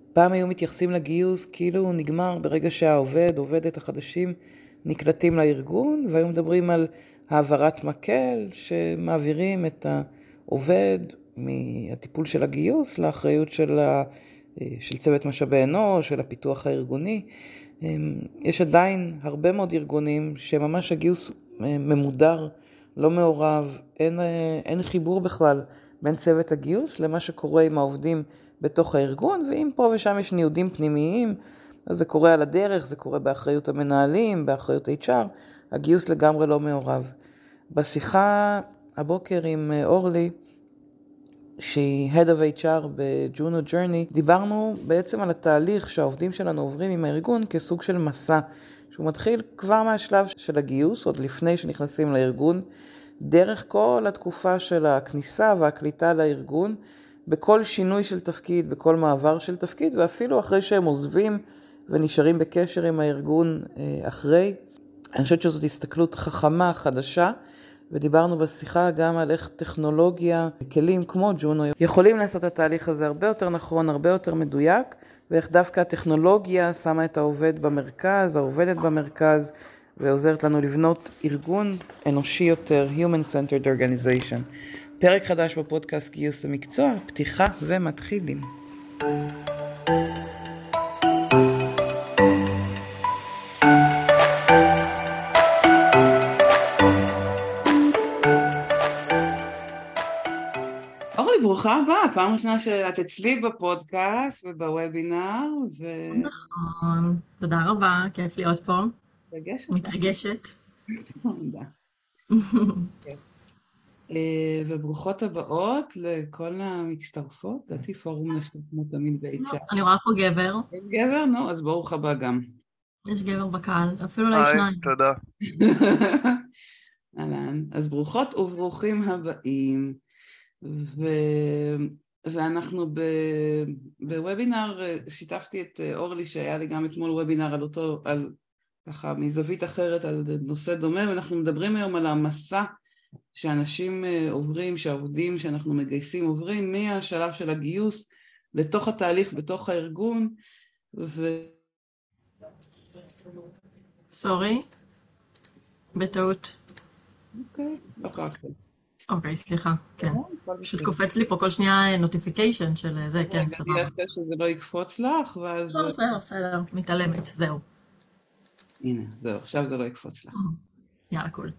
פעם היו מתייחסים לגיוס כאילו הוא נגמר ברגע שהעובדת החדשים נקלטים לארגון, והיו מדברים על העברת מקל שמעבירים את העובד מהטיפול של הגיוס לאחריות של צוות משאבי אנוש, של הפיתוח הארגוני. יש עדיין הרבה מאוד ארגונים שממש הגיוס ממודר, לא מעורב, אין חיבור בכלל בין צוות הגיוס למה שקורה עם העובדים בתוך הארגון, ואם פה ושם יש ניודים פנימיים, אז זה קורה על הדרך, זה קורה באחריות המנהלים, באחריות HR, הגיוס לגמרי לא מעורב. בשיחה הבוקר עם אורלי, שהיא Head of HR בג'ונו ג'רני, דיברנו בעצם על התהליך שהעובדים שלנו עוברים עם הארגון כסוג של מסע, שהוא מתחיל כבר מהשלב של הגיוס, עוד לפני שנכנסים לארגון, דרך כל התקופה של הכניסה והקליטה לארגון, בכל שינוי של תפקיד, בכל מעבר של תפקיד, ואפילו אחרי שהם עוזבים ונשארים בקשר עם הארגון אחרי. אני חושבת שזאת הסתכלות חכמה, חדשה, ודיברנו בשיחה גם על איך טכנולוגיה, כלים כמו ג'ונו, יכולים לעשות את התהליך הזה הרבה יותר נכון, הרבה יותר מדויק, ואיך דווקא הטכנולוגיה שמה את העובד במרכז, העובדת במרכז, ועוזרת לנו לבנות ארגון אנושי יותר, Human-Centered Organization. פרק חדש בפודקאסט גיוס המקצוע, פתיחה ומתחילים. אורלי, ברוכה הבאה, פעם ראשונה שאת אצלי בפודקאסט ובוובינר. נכון, תודה רבה, כיף להיות פה. מתרגשת. תודה. וברוכות הבאות לכל המצטרפות, דעתי פורום נשים כמו תמיד ב-HR. אני רואה פה גבר. גבר? נו, אז ברוך הבא גם. יש גבר בקהל, אפילו לא שניים. תודה. אהלן, אז ברוכות וברוכים הבאים. ואנחנו בוובינר, שיתפתי את אורלי שהיה לי גם אתמול וובינר על אותו, ככה מזווית אחרת על נושא דומה, ואנחנו מדברים היום על המסע שאנשים עוברים, שהעובדים שאנחנו מגייסים עוברים מהשלב של הגיוס לתוך התהליך בתוך הארגון. סורי, בטעות. אוקיי, לא קרה כזה. אוקיי, סליחה, כן. פשוט קופץ לי פה כל שנייה נוטיפיקיישן של זה, כן, סבבה. אני אעשה שזה לא יקפוץ לך, ואז... לא, בסדר, מתעלמת, זהו. הנה, זהו, עכשיו זה לא יקפוץ לך. יאללה, קול.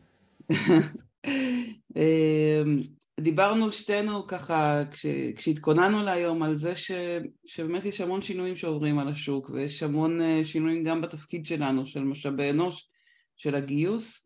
דיברנו שתינו ככה, כשהתכוננו להיום על זה שבאמת יש המון שינויים שעוברים על השוק, ויש המון שינויים גם בתפקיד שלנו, של משאבי אנוש, של הגיוס,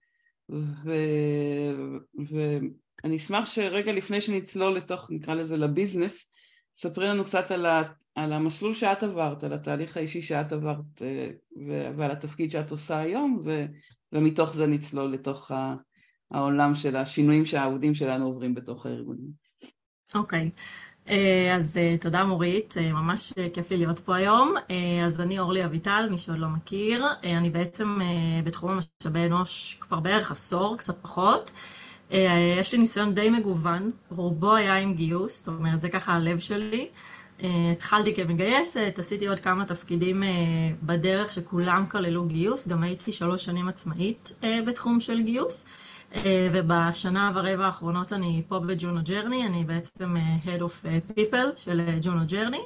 ואני אשמח שרגע לפני שנצלול לתוך, נקרא לזה לביזנס, ספרי לנו קצת על המסלול שאת עברת, על התהליך האישי שאת עברת, ועל התפקיד שאת עושה היום, ומתוך זה נצלול לתוך העולם של השינויים שהעובדים שלנו עוברים בתוך הארגונים. אוקיי, אז תודה מורית, ממש כיף לי להיות פה היום. אז אני אורלי אביטל, מי שעוד לא מכיר, אני בעצם בתחום המשאבי אנוש כבר בערך עשור, קצת פחות. יש לי ניסיון די מגוון, רובו היה עם גיוס, זאת אומרת זה ככה הלב שלי. התחלתי כמגייסת, עשיתי עוד כמה תפקידים בדרך שכולם כללו גיוס, גם הייתי 3 שנים עצמאית בתחום של גיוס, ובשנה ורבע האחרונות אני פה בג'ונו ג'רני, אני בעצם Head of People של ג'ונו ג'רני.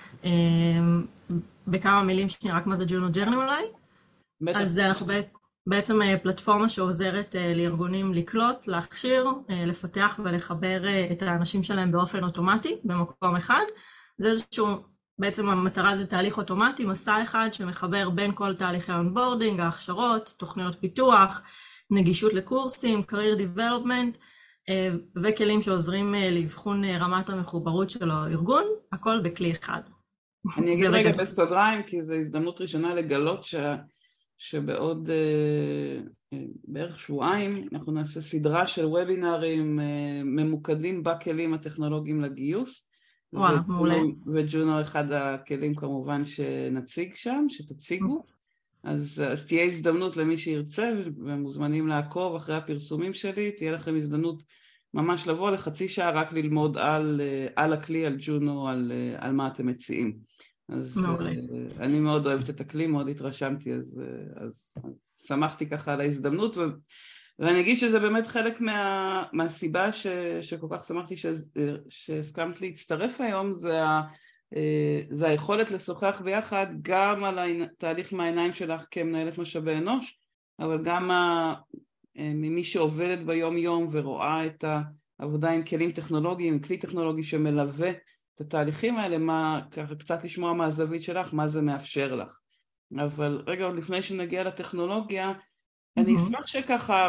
בכמה מילים שנייה, רק מה זה ג'ונו ג'רני אולי? אז אנחנו בעצם פלטפורמה שעוזרת לארגונים לקלוט, להכשיר, לפתח ולחבר את האנשים שלהם באופן אוטומטי במקום אחד. זה איזשהו, בעצם המטרה זה תהליך אוטומטי, מסע אחד שמחבר בין כל תהליכי האונבורדינג, ההכשרות, תוכניות פיתוח, נגישות לקורסים, career development, וכלים שעוזרים לבחון רמת המחוברות של הארגון, הכל בכלי אחד. אני אגיד רגע בסוגריים, כי זו הזדמנות ראשונה לגלות שבעוד בערך שבועיים אנחנו נעשה סדרה של וובינרים ממוקדים בכלים הטכנולוגיים לגיוס. וואלה, מעולה. וג'ונו אחד הכלים כמובן שנציג שם, שתציגו. אז תהיה הזדמנות למי שירצה, ומוזמנים לעקוב אחרי הפרסומים שלי, תהיה לכם הזדמנות ממש לבוא לחצי שעה רק ללמוד על הכלי, על ג'ונו, על מה אתם מציעים. אז מעולה. אני מאוד אוהבת את אקלים, מאוד התרשמתי, אז שמחתי ככה על ההזדמנות, ואני אגיד שזה באמת חלק מהסיבה שכל כך שמחתי שהסכמת להצטרף היום, זה היכולת לשוחח ביחד גם על התהליך מהעיניים שלך כמנהלת משאבי אנוש, אבל גם ממי שעובדת ביום יום ורואה את העבודה עם כלים טכנולוגיים, עם כלי טכנולוגי שמלווה את התהליכים האלה, קצת לשמוע מהזווית שלך, מה זה מאפשר לך. אבל רגע, עוד לפני שנגיע לטכנולוגיה, אני אשמח שככה,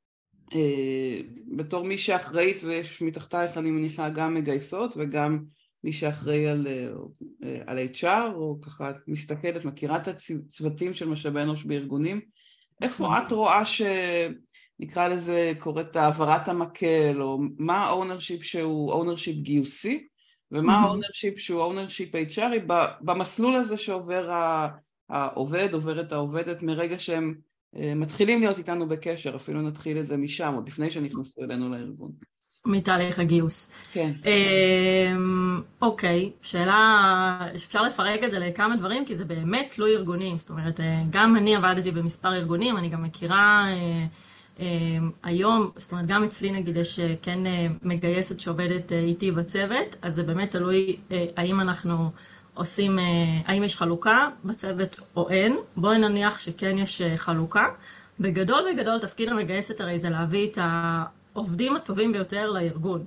בתור מי שאחראית, ויש מתחתייך אני מניחה גם מגייסות, וגם מי שאחראי על HR, או ככה מסתכלת, מכירה את הצוותים של משאבי אנוש בארגונים, איפה את רואה שנקרא לזה, קוראת העברת המקל, או מה האונרשיפ שהוא אונרשיפ גיוסי, ומה האונרשיפ שהוא אונרשיפ HRי, במסלול הזה שעובר העובד, עוברת העובדת, מרגע שהם מתחילים להיות איתנו בקשר, אפילו נתחיל את זה משם, עוד לפני שנכנסו אלינו לארגון. מתהליך הגיוס. כן. אוקיי, שאלה, אפשר לפרק את זה לכמה דברים, כי זה באמת תלוי ארגונים, זאת אומרת, גם אני עבדתי במספר ארגונים, אני גם מכירה היום, זאת אומרת, גם אצלי נגיד יש כן מגייסת שעובדת איתי בצוות, אז זה באמת תלוי האם אנחנו עושים, האם יש חלוקה בצוות או אין. בואי נניח שכן יש חלוקה. בגדול תפקיד המגייסת הרי זה להביא את העובדים הטובים ביותר לארגון.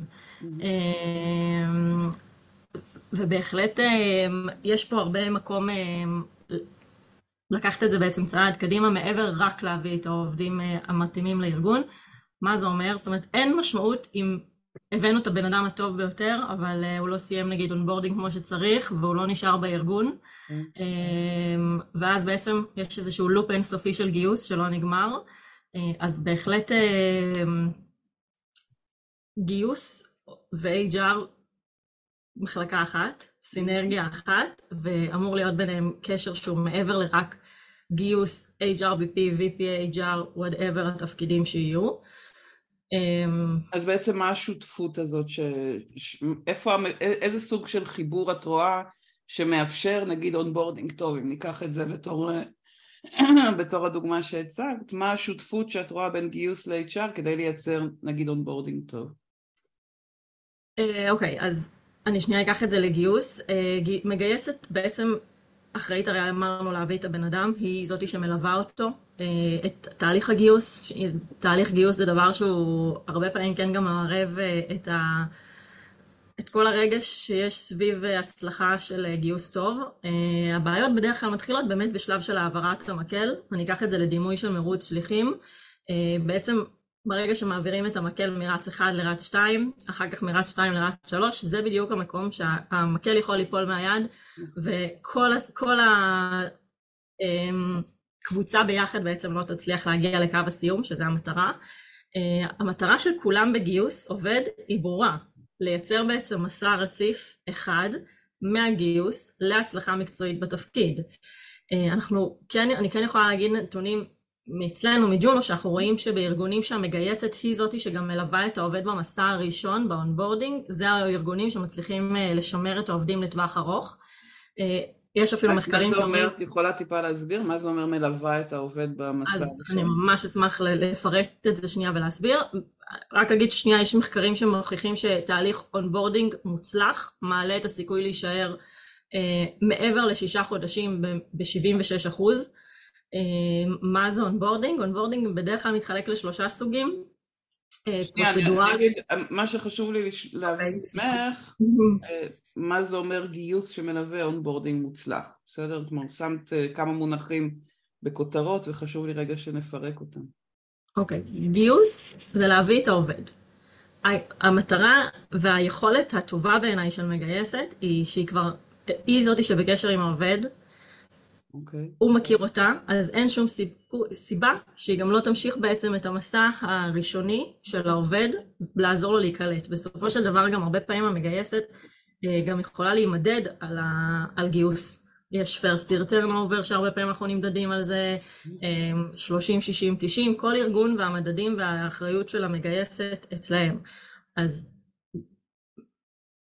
ובהחלט יש פה הרבה מקום לקחת את זה בעצם צעד קדימה, מעבר רק להביא את העובדים המתאימים לארגון. מה זה אומר? זאת אומרת, אין משמעות אם הבאנו את הבן אדם הטוב ביותר, אבל הוא לא סיים נגיד אונבורדינג כמו שצריך, והוא לא נשאר בארגון. ואז בעצם יש איזשהו לופ אינסופי של גיוס שלא נגמר. אז בהחלט גיוס ו-HR מחלקה אחת, סינרגיה אחת, ואמור להיות ביניהם קשר שהוא מעבר לרק גיוס HRBP, VP, HR, whatever התפקידים שיהיו. אז בעצם מה השותפות הזאת, איזה סוג של חיבור את רואה שמאפשר נגיד אונבורדינג טוב, אם ניקח את זה בתור הדוגמה שהצגת, מה השותפות שאת רואה בין גיוס ל-HR כדי לייצר נגיד אונבורדינג טוב? אוקיי, אז אני שנייה אקח את זה לגיוס. מגייסת בעצם אחראית, הרי אמרנו להביא את הבן אדם, היא זאתי שמלווה אותו, את תהליך הגיוס. תהליך גיוס זה דבר שהוא הרבה פעמים כן גם מערב את כל הרגש שיש סביב הצלחה של גיוס טוב. הבעיות בדרך כלל מתחילות באמת בשלב של העברת המקל. אני אקח את זה לדימוי של מרוץ שליחים. בעצם ברגע שמעבירים את המקל מרץ 1 לרץ 2, אחר כך מרץ 2 לרץ 3, זה בדיוק המקום שהמקל יכול ליפול מהיד, וכל הקבוצה ביחד בעצם לא תצליח להגיע לקו הסיום, שזה המטרה. המטרה של כולם בגיוס עובד היא ברורה, לייצר בעצם מסע רציף אחד מהגיוס להצלחה מקצועית בתפקיד. אני כן יכולה להגיד נתונים מאצלנו, מג'ונו, שאנחנו רואים שבארגונים שהמגייסת היא זאתי שגם מלווה את העובד במסע הראשון, באונבורדינג, זה הארגונים שמצליחים לשמר את העובדים לטווח ארוך. יש אפילו מחקרים שאומרים... את יכולה טיפה להסביר? מה זה אומר מלווה את העובד במסע הראשון? אז אני ממש אשמח לפרט את זה שנייה ולהסביר. רק אגיד שנייה, יש מחקרים שמוכיחים שתהליך אונבורדינג מוצלח, מעלה את הסיכוי להישאר מעבר ל6 חודשים ב-76%. מה זה אונבורדינג? אונבורדינג בדרך כלל מתחלק ל3 סוגים. פרוצדורלי. מה שחשוב לי להבין ממך, מה זה אומר גיוס שמלווה אונבורדינג מוצלח? בסדר? כלומר, שמת כמה מונחים בכותרות וחשוב לי רגע שנפרק אותם. אוקיי, גיוס זה להביא את העובד. המטרה והיכולת הטובה בעיניי של מגייסת היא זאתי שבקשר עם העובד, הוא מכיר אותה, אז אין שום סיבה שהיא גם לא תמשיך בעצם את המסע הראשוני של העובד, לעזור לו להיקלט. בסופו של דבר גם הרבה פעמים המגייסת גם יכולה להימדד על גיוס. יש first year turnover שהרבה פעמים אנחנו נמדדים על זה, 30, 60, 90, כל ארגון והמדדים והאחריות של המגייסת אצלהם. אז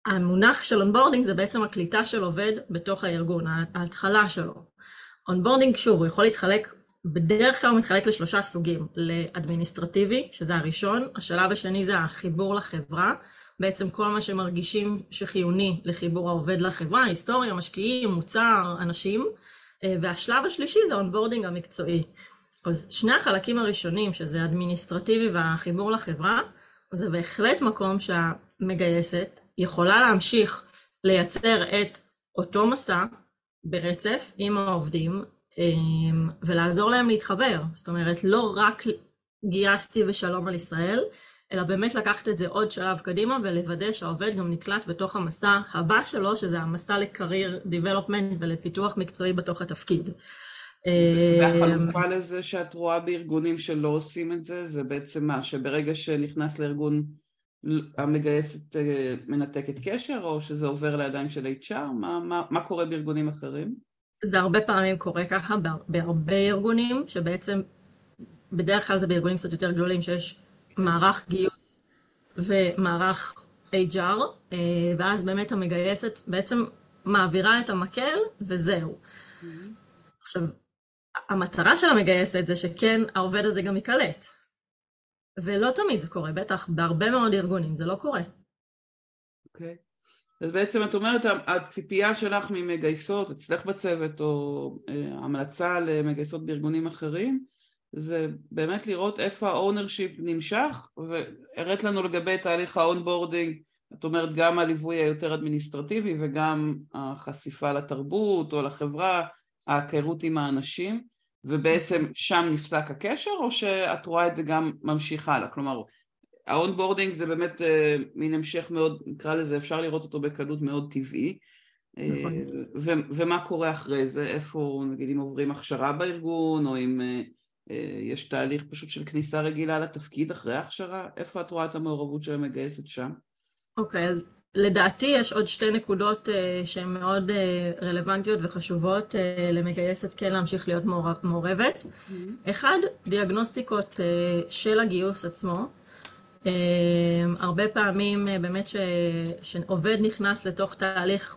המונח של אונבורדינג זה בעצם הקליטה של עובד בתוך הארגון, ההתחלה שלו. אונבורדינג, שוב, הוא יכול להתחלק, בדרך כלל הוא מתחלק לשלושה סוגים, לאדמיניסטרטיבי, שזה הראשון, השלב השני זה החיבור לחברה, בעצם כל מה שמרגישים שחיוני לחיבור העובד לחברה, היסטוריה, משקיעים, מוצר, אנשים, והשלב השלישי זה האונבורדינג המקצועי. אז שני החלקים הראשונים, שזה האדמיניסטרטיבי והחיבור לחברה, זה בהחלט מקום שהמגייסת יכולה להמשיך לייצר את אותו מסע ברצף עם העובדים, ולעזור להם להתחבר. זאת אומרת, לא רק גייסתי ושלום על ישראל, אלא באמת לקחת את זה עוד שלב קדימה, ולוודא שהעובד גם נקלט בתוך המסע הבא שלו, שזה המסע לקרייר דיבלופמנט ולפיתוח מקצועי בתוך התפקיד. והחלופה לזה שאת רואה בארגונים שלא עושים את זה, זה בעצם מה? שברגע שנכנס לארגון המגייסת מנתקת קשר, או שזה עובר לידיים של HR? מה קורה בארגונים אחרים? זה הרבה פעמים קורה ככה, בהרבה ארגונים, שבעצם בדרך כלל זה בארגונים קצת יותר גדולים, שיש מערך גיוס ומערך HR, ואז באמת המגייסת בעצם מעבירה את המקל וזהו. עכשיו, המטרה של המגייסת זה שכן העובד הזה גם יקלט. ולא תמיד זה קורה, בטח בהרבה מאוד ארגונים זה לא קורה. אוקיי. אז בעצם את אומרת, הציפייה שלך ממגייסות, אצלך בצוות, או המלצה למגייסות בארגונים אחרים, זה באמת לראות איפה האונרשיפ נמשך, והראית לנו לגבי תהליך האונבורדינג, את אומרת גם הליווי היותר אדמיניסטרטיבי, וגם החשיפה לתרבות או לחברה, ההיכרות עם האנשים, ובעצם שם נפסק הקשר, או שאת רואה את זה גם ממשיך הלאה? כלומר, האונבורדינג זה באמת מין המשך מאוד, נקרא לזה, אפשר לראות אותו בקלות מאוד טבעי, ומה קורה אחרי זה? איפה, נגיד, אם עוברים הכשרה בארגון, או אם יש תהליך פשוט של כניסה רגילה לתפקיד אחרי ההכשרה, איפה את רואה את המעורבות של המגייסת שם? אוקיי, אז לדעתי יש עוד שתי נקודות שהן מאוד רלוונטיות וחשובות למגייסת כן להמשיך להיות מעורבת. אחד, דיאגנוסטיקות של הגיוס עצמו. הרבה פעמים באמת שעובד נכנס לתוך תהליך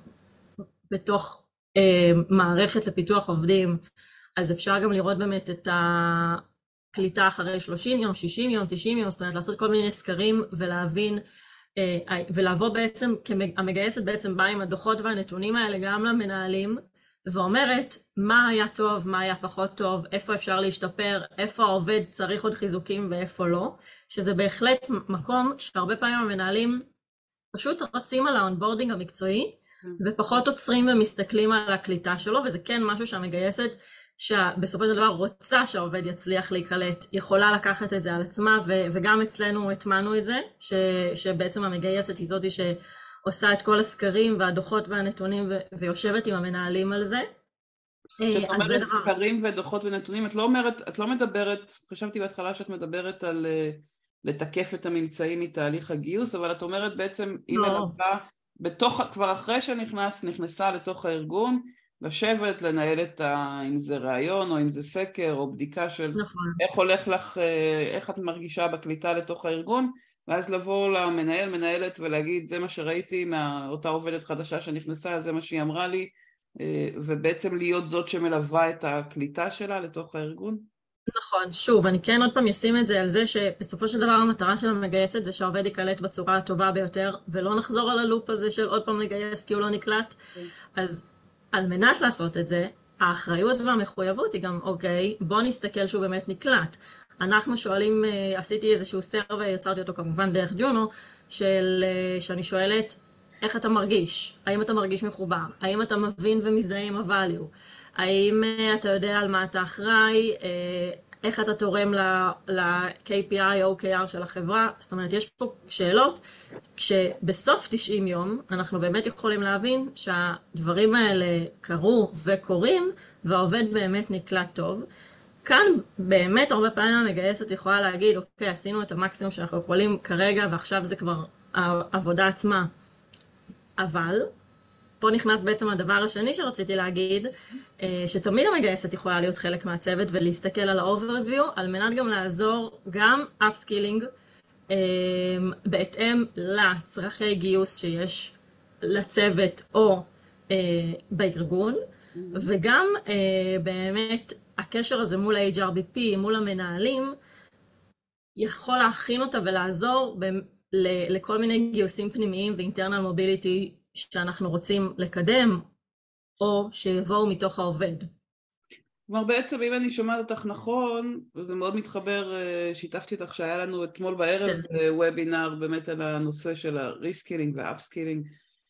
בתוך מערכת לפיתוח עובדים, אז אפשר גם לראות באמת את הקליטה אחרי 30 יום, 60 יום, 90 יום, זאת אומרת לעשות כל מיני סקרים ולהבין, ולעבור בעצם, המגייסת בעצם באה עם הדוחות והנתונים האלה גם למנהלים, ואומרת מה היה טוב, מה היה פחות טוב, איפה אפשר להשתפר, איפה העובד צריך עוד חיזוקים ואיפה לא, שזה בהחלט מקום שהרבה פעמים המנהלים פשוט רצים על האונבורדינג המקצועי, ופחות עוצרים ומסתכלים על הקליטה שלו, וזה כן משהו שהמגייסת, שבסופו של דבר רוצה שהעובד יצליח להיקלט, יכולה לקחת את זה על עצמה, וגם אצלנו התמנו את זה, שבעצם המגייסת היא זאת שעושה את כל הסקרים והדוחות והנתונים, ויושבת עם המנהלים על זה. כשאת אומרת סקרים ודוחות ונתונים, את לא מדברת, חשבתי בהתחלה שאת מדברת על לתקף את הממצאים מתהליך הגיוס, אבל את אומרת בעצם, היא מלווה, כבר אחרי נכנסה לתוך הארגון, לשבת, לנהל אם זה רעיון, או אם זה סקר, או בדיקה של איך הולך לך, איך את מרגישה בקליטה לתוך הארגון, ואז לבוא למנהל, מנהלת, ולהגיד, זה מה שראיתי מאותה עובדת חדשה שנכנסה, זה מה שהיא אמרה לי, ובעצם להיות זאת שמלווה את הקליטה שלה לתוך הארגון? נכון, שוב, אני כן עוד פעם אשים את זה על זה שבסופו של דבר המטרה של המגייסת זה שהעובד יקלט בצורה הטובה ביותר, ולא נחזור על הלופ הזה של עוד פעם לגייס כי הוא לא נקלט. אז על מנת לעשות את זה, האחריות והמחויבות היא גם, אוקיי, בוא נסתכל שהוא באמת נקלט. אנחנו שואלים, עשיתי איזשהו סרוויי, יצרתי אותו כמובן דרך ג'ונו, שאני שואלת, איך אתה מרגיש? האם אתה מרגיש מחובר? האם אתה מבין ומזדהה עם ה-value? האם אתה יודע על מה אתה אחראי? איך אתה תורם ל-KPI או OKR של החברה? זאת אומרת, יש פה שאלות, כשבסוף 90 יום אנחנו באמת יכולים להבין שהדברים האלה קרו וקורים, והעובד באמת נקלט טוב. כאן באמת הרבה פעמים המגייסת יכולה להגיד, אוקיי, עשינו את המקסימום שאנחנו יכולים כרגע, ועכשיו זה כבר העבודה עצמה. אבל פה נכנס בעצם הדבר השני שרציתי להגיד, שתמיד המגייסת יכולה להיות חלק מהצוות ולהסתכל על ה-overview, על מנת גם לעזור גם upskilling בהתאם לצרכי גיוס שיש לצוות או בארגון, וגם באמת הקשר הזה מול ה-HRBP, מול המנהלים, יכול להכין אותה ולעזור לכל מיני גיוסים פנימיים ואינטרנל מוביליטי שאנחנו רוצים לקדם, או שיבואו מתוך העובד. כלומר בעצם אם אני שומעת אותך נכון, וזה מאוד מתחבר, שיתפתי אותך שהיה לנו אתמול בערב וובינר באמת על הנושא של הריסקילינג והאפסקילינג,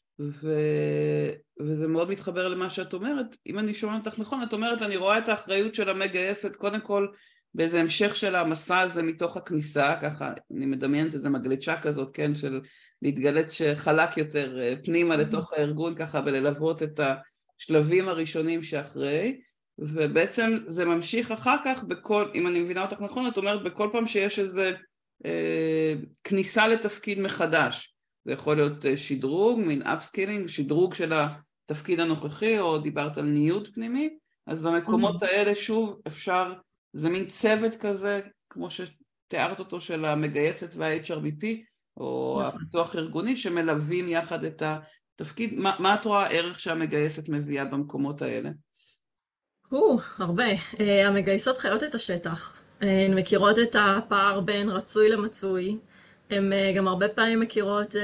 וזה מאוד מתחבר למה שאת אומרת. אם אני שומעת אותך נכון, את אומרת אני רואה את האחריות של המגייסת קודם כל באיזה המשך של המסע הזה מתוך הכניסה, ככה אני מדמיינת איזה מגלצ'ה כזאת, כן, של להתגלת שחלק יותר פנימה לתוך הארגון ככה, וללוות את השלבים הראשונים שאחרי, ובעצם זה ממשיך אחר כך בכל, אם אני מבינה אותך נכון, את אומרת בכל פעם שיש איזה כניסה לתפקיד מחדש, זה יכול להיות שדרוג, מין אפסקילינג, שדרוג של התפקיד הנוכחי, או דיברת על ניוד פנימי, אז במקומות האלה שוב אפשר, זה מין צוות כזה, כמו שתיארת אותו של המגייסת וה-HRBP, או הפיתוח ארגוני, שמלווים יחד את התפקיד. מה את רואה הערך שהמגייסת מביאה במקומות האלה? הרבה. המגייסות חיות את השטח. הן מכירות את הפער בין רצוי למצוי. הן גם הרבה פעמים מכירות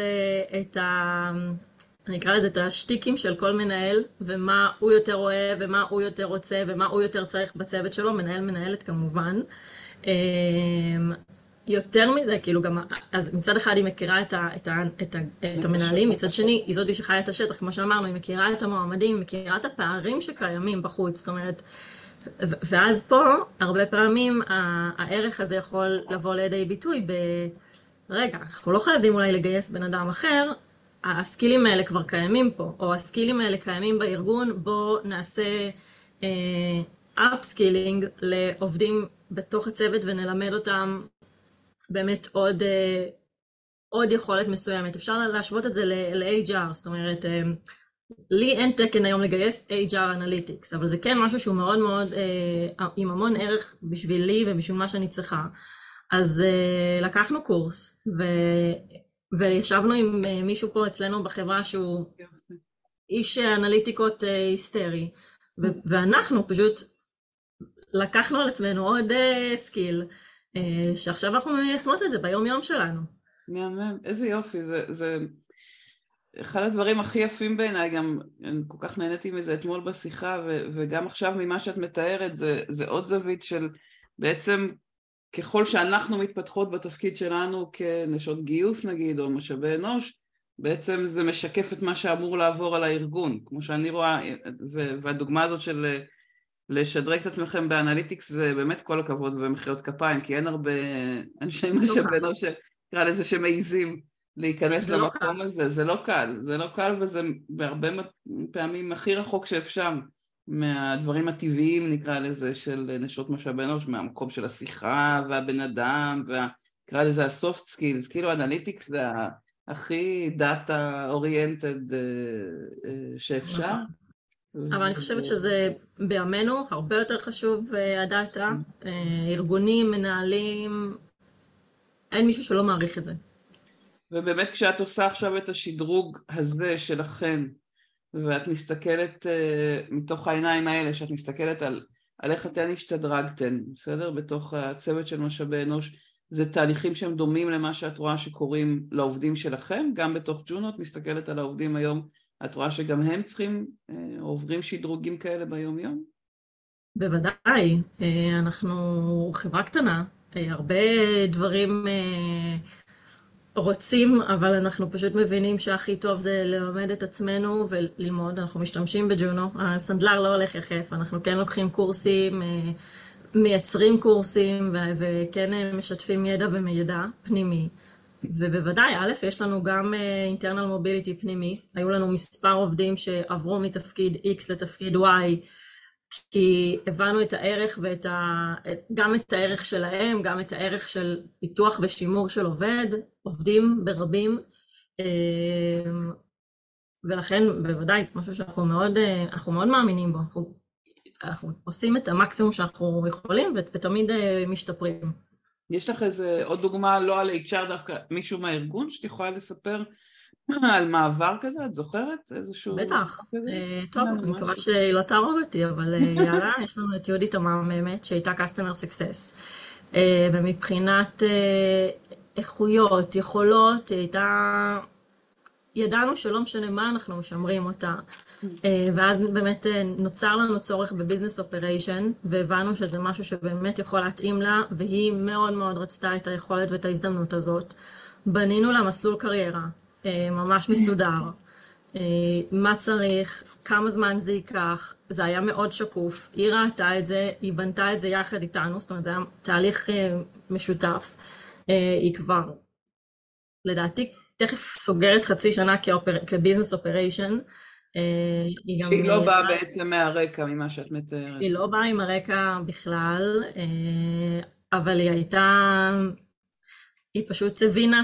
אני אקרא לזה את השטיקים של כל מנהל, ומה הוא יותר אוהב, ומה הוא יותר רוצה, ומה הוא יותר צריך בצוות שלו, מנהלת כמובן. יותר מזה, כאילו גם, אז מצד אחד היא מכירה את המנהלים, מצד שני היא זאת שחיה את השטח, כמו שאמרנו, היא מכירה את המועמדים, היא מכירה את הפערים שקיימים בחוץ, זאת אומרת, ואז פה הרבה פעמים הערך הזה יכול לבוא לידי ביטוי רגע, אנחנו לא חייבים אולי לגייס בן אדם אחר, הסקילים האלה כבר קיימים פה, או הסקילים האלה קיימים בארגון, בוא נעשה אפסקילינג לעובדים בתוך הצוות ונלמד אותם באמת עוד יכולת מסוימת. אפשר להשוות את זה ל-HR, זאת אומרת, לי אין תקן היום לגייס HR Analytics, אבל זה כן משהו שהוא מאוד מאוד, עם המון ערך בשבילי ובשביל מה שאני צריכה. אז לקחנו קורס, וישבנו עם מישהו פה אצלנו בחברה שהוא איש אנליטיקות היסטרי, ואנחנו פשוט לקחנו על עצמנו עוד סקיל, שעכשיו אנחנו מיישמות את זה ביום יום שלנו. מהמם, איזה יופי, זה אחד הדברים הכי יפים בעיניי, גם אני כל כך נהניתי מזה אתמול בשיחה, וגם עכשיו ממה שאת מתארת, זה עוד זווית של בעצם ככל שאנחנו מתפתחות בתפקיד שלנו כנשות גיוס נגיד, או משאבי אנוש, בעצם זה משקף את מה שאמור לעבור על הארגון, כמו שאני רואה, והדוגמה הזאת של לשדרג את עצמכם באנליטיקס, זה באמת כל הכבוד ומחיאות כפיים, כי אין הרבה אנשי משאבי אנוש שקרא לזה שמעיזים להיכנס למקום הזה, זה לא קל, וזה בהרבה פעמים הכי רחוק שאפשר, מהדברים הטבעיים נקרא לזה של נשות משאבי אנוש, מהמקום של השיחה והבן אדם, ונקרא לזה הסופט סקילס, כאילו אנליטיקס זה הכי דאטה אוריינטד שאפשר. אבל אני חושבת שזה בימינו הרבה יותר חשוב הדאטה, ארגונים, מנהלים, אין מישהו שלא מעריך את זה. ובאמת כשאת עושה עכשיו את השדרוג הזה שלכם, ואת מסתכלת מתוך העיניים האלה, שאת מסתכלת על איך אתן השתדרגתן, בסדר? בתוך הצוות של משאבי אנוש, זה תהליכים שהם דומים למה שאת רואה שקורים לעובדים שלכם, גם בתוך ג'ונו, את מסתכלת על העובדים היום, את רואה שגם הם צריכים, עוברים שדרוגים כאלה ביום יום? בוודאי, אנחנו חברה קטנה, הרבה דברים רוצים, אבל אנחנו פשוט מבינים שהכי טוב זה ללמד את עצמנו וללמוד. אנחנו משתמשים בג'ונו, הסנדלר לא הולך יחף, אנחנו כן לוקחים קורסים, מייצרים קורסים וכן משתפים ידע ומידע פנימי. ובוודאי, א', יש לנו גם internal mobility פנימי, היו לנו מספר עובדים שעברו מתפקיד X לתפקיד Y, כי הבנו את הערך גם את הערך שלהם, גם את הערך של פיתוח ושימור של עובדים ברבים, ולכן בוודאי זה משהו שאנחנו מאוד מאמינים בו, אנחנו עושים את המקסימום שאנחנו יכולים ותמיד משתפרים. יש לך איזה עוד דוגמה, לא על HR דווקא, מישהו מהארגון שאת יכולה לספר על מעבר כזה? את זוכרת איזשהו... בטח. טוב, אני מקווה שהיא לא תהרוג אותי, אבל יאללה, יש לנו את יהודית המאממת, שהייתה Customer Success. ומבחינת איכויות, יכולות, הייתה... ידענו שלא משנה מה אנחנו משמרים אותה. ואז באמת נוצר לנו צורך בביזנס אופריישן, והבנו שזה משהו שבאמת יכול להתאים לה, והיא מאוד מאוד רצתה את היכולת ואת ההזדמנות הזאת. בנינו לה מסלול קריירה, ממש מסודר. מה צריך, כמה זמן זה ייקח, זה היה מאוד שקוף. היא ראתה את זה, היא בנתה את זה יחד איתנו, זאת אומרת, זה היה תהליך משותף. היא כבר, לדעתי, תכף סוגרת חצי שנה כביזנס אופריישן. שהיא לא באה בעצם מהרקע ממה שאת מתארת. היא לא באה עם הרקע בכלל, אבל היא הייתה, היא פשוט הבינה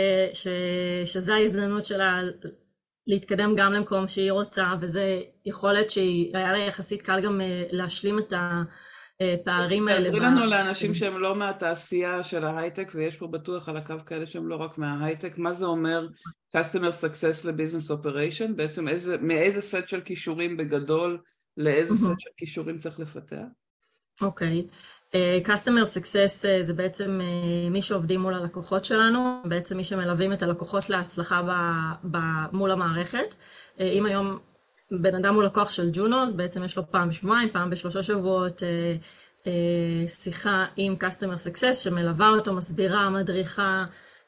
שזו ההזדמנות שלה להתקדם גם למקום שהיא רוצה, וזה יכולת שהיה לה יחסית קל גם להשלים את הפערים האלה. תעזרי לנו לאנשים שהם לא מהתעשייה של ההייטק, ויש פה בטוח על הקו כאלה שהם לא רק מההייטק, מה זה אומר Customer Success ל-Business Operation? בעצם מאיזה סט של כישורים בגדול, לאיזה סט של כישורים צריך לפתח? אוקיי. Customer Success זה בעצם מי שעובדים מול הלקוחות שלנו, בעצם מי שמלווים את הלקוחות להצלחה מול המערכת. אם היום בן אדם הוא לקוח של ג'ונו, אז בעצם יש לו פעם בשבועיים, פעם בשלושה שבועות, שיחה עם Customer Success שמלווה אותו, מסבירה, מדריכה,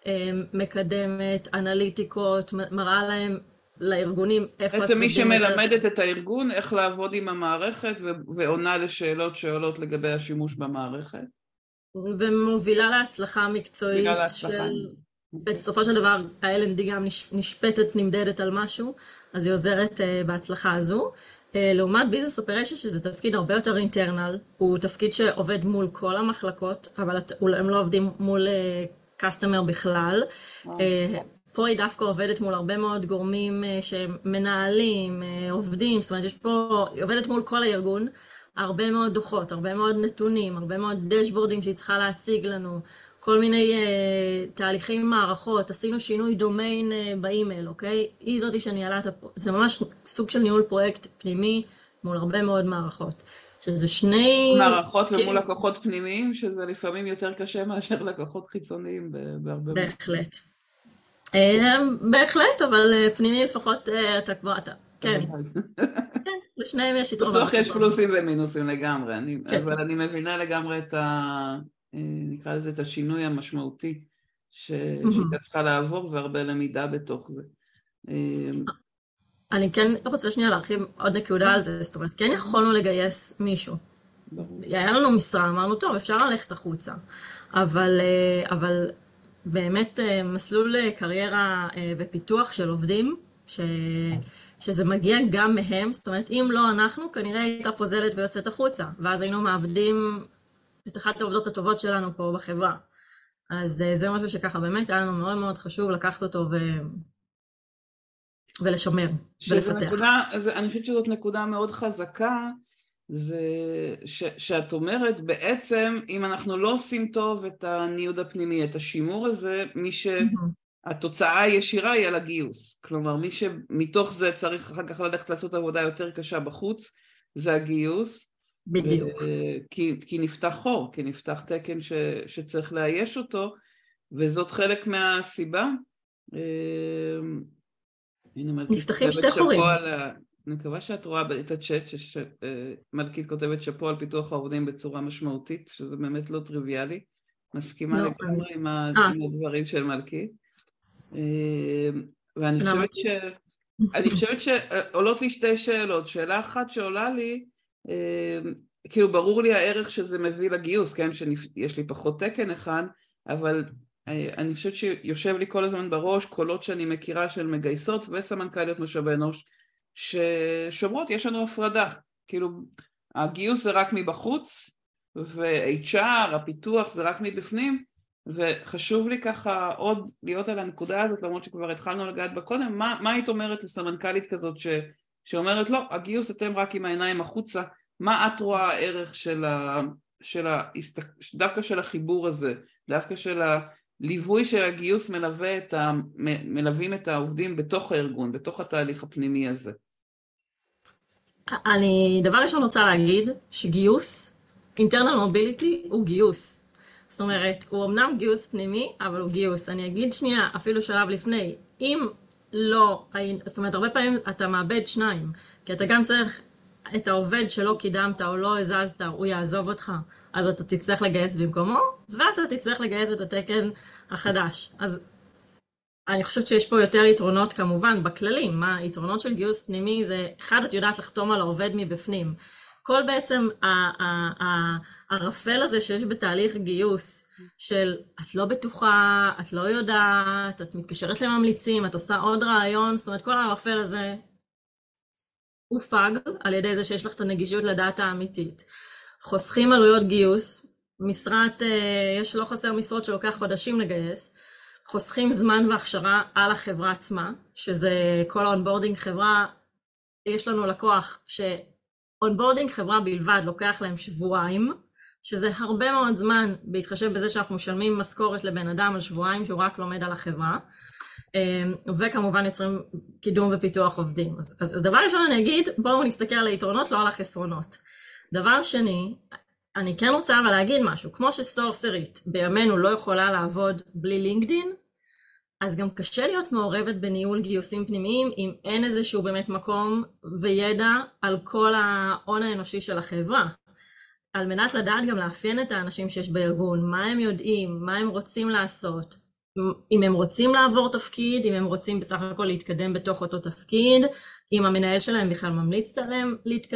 מקדמת, אנליטיקות, מראה להם לארגונים איפה... בעצם מי שמלמדת את הארגון איך לעבוד עם המערכת ועונה לשאלות שעולות לגבי השימוש במערכת. ומובילה להצלחה מקצועית של... בסופו של דבר ה-L&D גם נשפטת, נמדדת על משהו, אז היא עוזרת בהצלחה הזו. לעומת ביזנס אופריישן, שזה תפקיד הרבה יותר אינטרנל, הוא תפקיד שעובד מול כל המחלקות, אבל הם לא עובדים מול קסטומר בכלל. פה היא דווקא עובדת מול הרבה מאוד גורמים שמנהלים, עובדים, זאת אומרת, יש פה, היא עובדת מול כל הארגון, הרבה מאוד דוחות, הרבה מאוד נתונים, הרבה מאוד דשבורדים שהיא צריכה להציג לנו, כל מיני תהליכים מערכות, עשינו שינוי דומיין באימייל, אוקיי? היא זאתי שניהלה את זה ממש סוג של ניהול פרויקט פנימי מול הרבה מאוד מערכות. שזה שני... מערכות ומול לקוחות פנימיים, שזה לפעמים יותר קשה מאשר לקוחות חיצוניים בהרבה... בהחלט. בהחלט, אבל פנימי לפחות אתה כבר... כן. כן, לשניהם יש יתרון. בטוח יש פלוסים ומינוסים לגמרי, אבל אני מבינה לגמרי את ה... נקרא לזה את השינוי המשמעותי שהיא צריכה לעבור והרבה למידה בתוך זה. אני כן רוצה שנייה להרחיב עוד נקודה על זה, זאת אומרת, כן יכולנו לגייס מישהו. היה לנו משרה, אמרנו, טוב, אפשר ללכת החוצה. אבל באמת מסלול קריירה ופיתוח של עובדים, שזה מגיע גם מהם, זאת אומרת, אם לא אנחנו, כנראה הייתה פוזלת ויוצאת החוצה, ואז היינו מעבדים את אחת העובדות הטובות שלנו פה בחברה. אז זה משהו שככה באמת היה לנו מאוד מאוד חשוב לקחת אותו ולשמר ולפתח. אני חושבת שזאת נקודה מאוד חזקה, זה שאת אומרת בעצם אם אנחנו לא עושים טוב את הניוד הפנימי, את השימור הזה, מי שהתוצאה הישירה היא על הגיוס. כלומר מי שמתוך זה צריך אחר כך ללכת לעשות עבודה יותר קשה בחוץ, זה הגיוס. בדיוק. כי נפתח חור, כי נפתח תקן שצריך לאייש אותו, וזאת חלק מהסיבה. נפתחים שתי חורים. אני מקווה שאת רואה את הצ'אט שמלכית כותבת שפה על פיתוח העובדים בצורה משמעותית, שזה באמת לא טריוויאלי, מסכימה לגמרי עם הדברים של מלכית. ואני חושבת שעולות לי שתי שאלות. שאלה אחת שעולה לי, כאילו ברור לי הערך שזה מביא לגיוס, כן, שיש לי פחות תקן אחד, אבל אני חושבת שיושב לי כל הזמן בראש קולות שאני מכירה של מגייסות וסמנכ"ליות משאבי אנוש ששומרות, יש לנו הפרדה, כאילו הגיוס זה רק מבחוץ ו-HR, הפיתוח זה רק מבפנים, וחשוב לי ככה עוד להיות על הנקודה הזאת, למרות שכבר התחלנו לגעת בקודם, מה היית אומרת לסמנכ"לית כזאת שאומרת לא, הגיוס אתם רק עם העיניים החוצה, מה את רואה הערך דווקא של החיבור הזה, דווקא של ליווי של הגיוס מלווים את העובדים בתוך הארגון, בתוך התהליך הפנימי הזה? אני דבר ראשון רוצה להגיד שגיוס, internal mobility הוא גיוס. זאת אומרת, הוא אמנם גיוס פנימי, אבל הוא גיוס. אני אגיד שנייה, אפילו שלב לפני, אם לא, זאת אומרת, הרבה פעמים אתה מאבד שניים, כי אתה גם צריך את העובד שלא קידמת או לא הזזת, הוא יעזוב אותך, אז אתה תצטרך לגייס במקומו, ואתה תצטרך לגייס את התקן החדש. אז אני חושבת שיש פה יותר יתרונות כמובן בכללים. מה היתרונות של גיוס פנימי זה, אחד, את יודעת לחתום על העובד מבפנים. כל בעצם הרפל הזה שיש בתהליך גיוס, של את לא בטוחה, את לא יודעת, את מתקשרת לממליצים, את עושה עוד רעיון, זאת אומרת כל הרפל הזה הופג על ידי זה שיש לך את הנגישות לדאטה האמיתית. חוסכים עלויות גיוס, יש לא חסר משרות שלוקח חודשים לגייס, חוסכים זמן והכשרה על החברה עצמה, שזה כל האונבורדינג חברה, יש לנו לקוח שאונבורדינג חברה בלבד לוקח להם שבועיים, שזה הרבה מאוד זמן בהתחשב בזה שאנחנו משלמים משכורת לבן אדם על שבועיים שהוא רק לומד על החברה, וכמובן יוצרים קידום ופיתוח עובדים. אז דבר ראשון אני אגיד, בואו נסתכל על היתרונות, לא על החסרונות. דבר שני, אני כן רוצה אבל להגיד משהו, כמו שסורסרית בימינו לא יכולה לעבוד בלי לינקדין, אז גם קשה להיות מעורבת בניהול גיוסים פנימיים, אם אין איזשהו באמת מקום וידע על כל ההון האנושי של החברה. על מנת לדעת גם לאפיין את האנשים שיש בארגון, מה הם יודעים, מה הם רוצים לעשות, אם הם רוצים לעבור תפקיד, אם הם רוצים בסך הכל להתקדם בתוך אותו תפקיד, אם המנהל שלהם בכלל ממליץ עליהם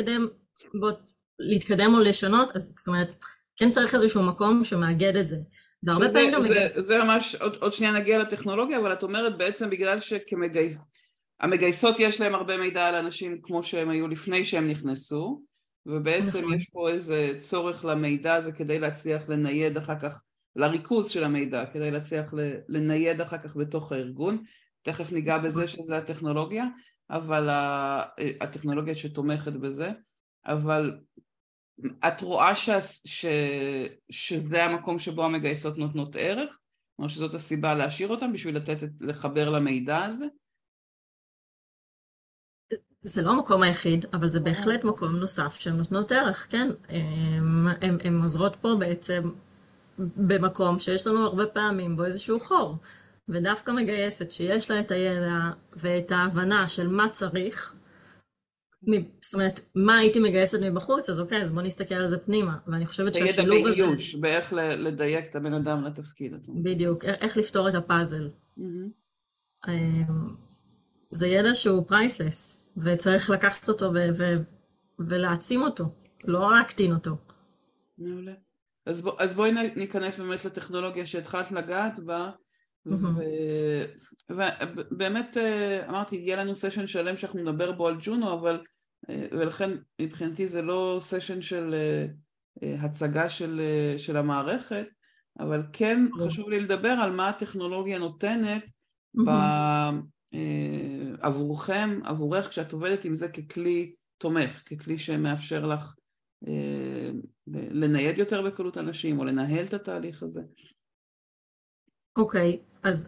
להתקדם או לשנות, אז זאת אומרת, כן צריך איזשהו מקום שמאגד את זה. והרבה פעמים גם זה ממש, עוד שנייה נגיע לטכנולוגיה, אבל את אומרת בעצם בגלל שהמגייסות יש להם הרבה מידע על אנשים כמו שהם היו לפני שהם נכנסו, ובעצם נכון. יש פה איזה צורך למידע הזה כדי להצליח לנייד אחר כך, לריכוז של המידע, כדי להצליח לנייד אחר כך בתוך הארגון. תכף ניגע בזה שזה הטכנולוגיה, אבל הטכנולוגיה שתומכת בזה, אבל את רואה שזה המקום שבו המגייסות נותנות ערך? או שזאת הסיבה להשאיר אותם בשביל לחבר למידע הזה? זה לא המקום היחיד, אבל זה בהחלט מקום נוסף שהן נותנות ערך, כן? הן עוזרות פה בעצם במקום שיש לנו הרבה פעמים בו איזשהו חור, ודווקא מגייסת שיש לה את הידע ואת ההבנה של מה צריך, זאת אומרת, מה הייתי מגייסת מבחוץ, אז אוקיי, אז בוא נסתכל על זה פנימה, ואני חושבת שהשילוב הזה... הידע באיוש, באיך לדייק את הבן אדם לתפקיד. בדיוק, איך לפתור את הפאזל. זה ידע שהוא פרייסלס, וצריך לקחת אותו ולהעצים אותו, לא להקטין אותו. מעולה. אז בואי ניכנס באמת לטכנולוגיה שהתחלת לגעת בה, ובאמת אמרתי, יהיה לנו סשן שלם שאנחנו נדבר בו על ג'ונו, ולכן מבחינתי זה לא סשן של הצגה של המערכת, אבל כן חשוב לי לדבר על מה הטכנולוגיה נותנת עבורכם, עבורך, כשאת עובדת עם זה ככלי תומך, ככלי שמאפשר לך לנייד יותר בקלות אנשים, או לנהל את התהליך הזה. אוקיי, אז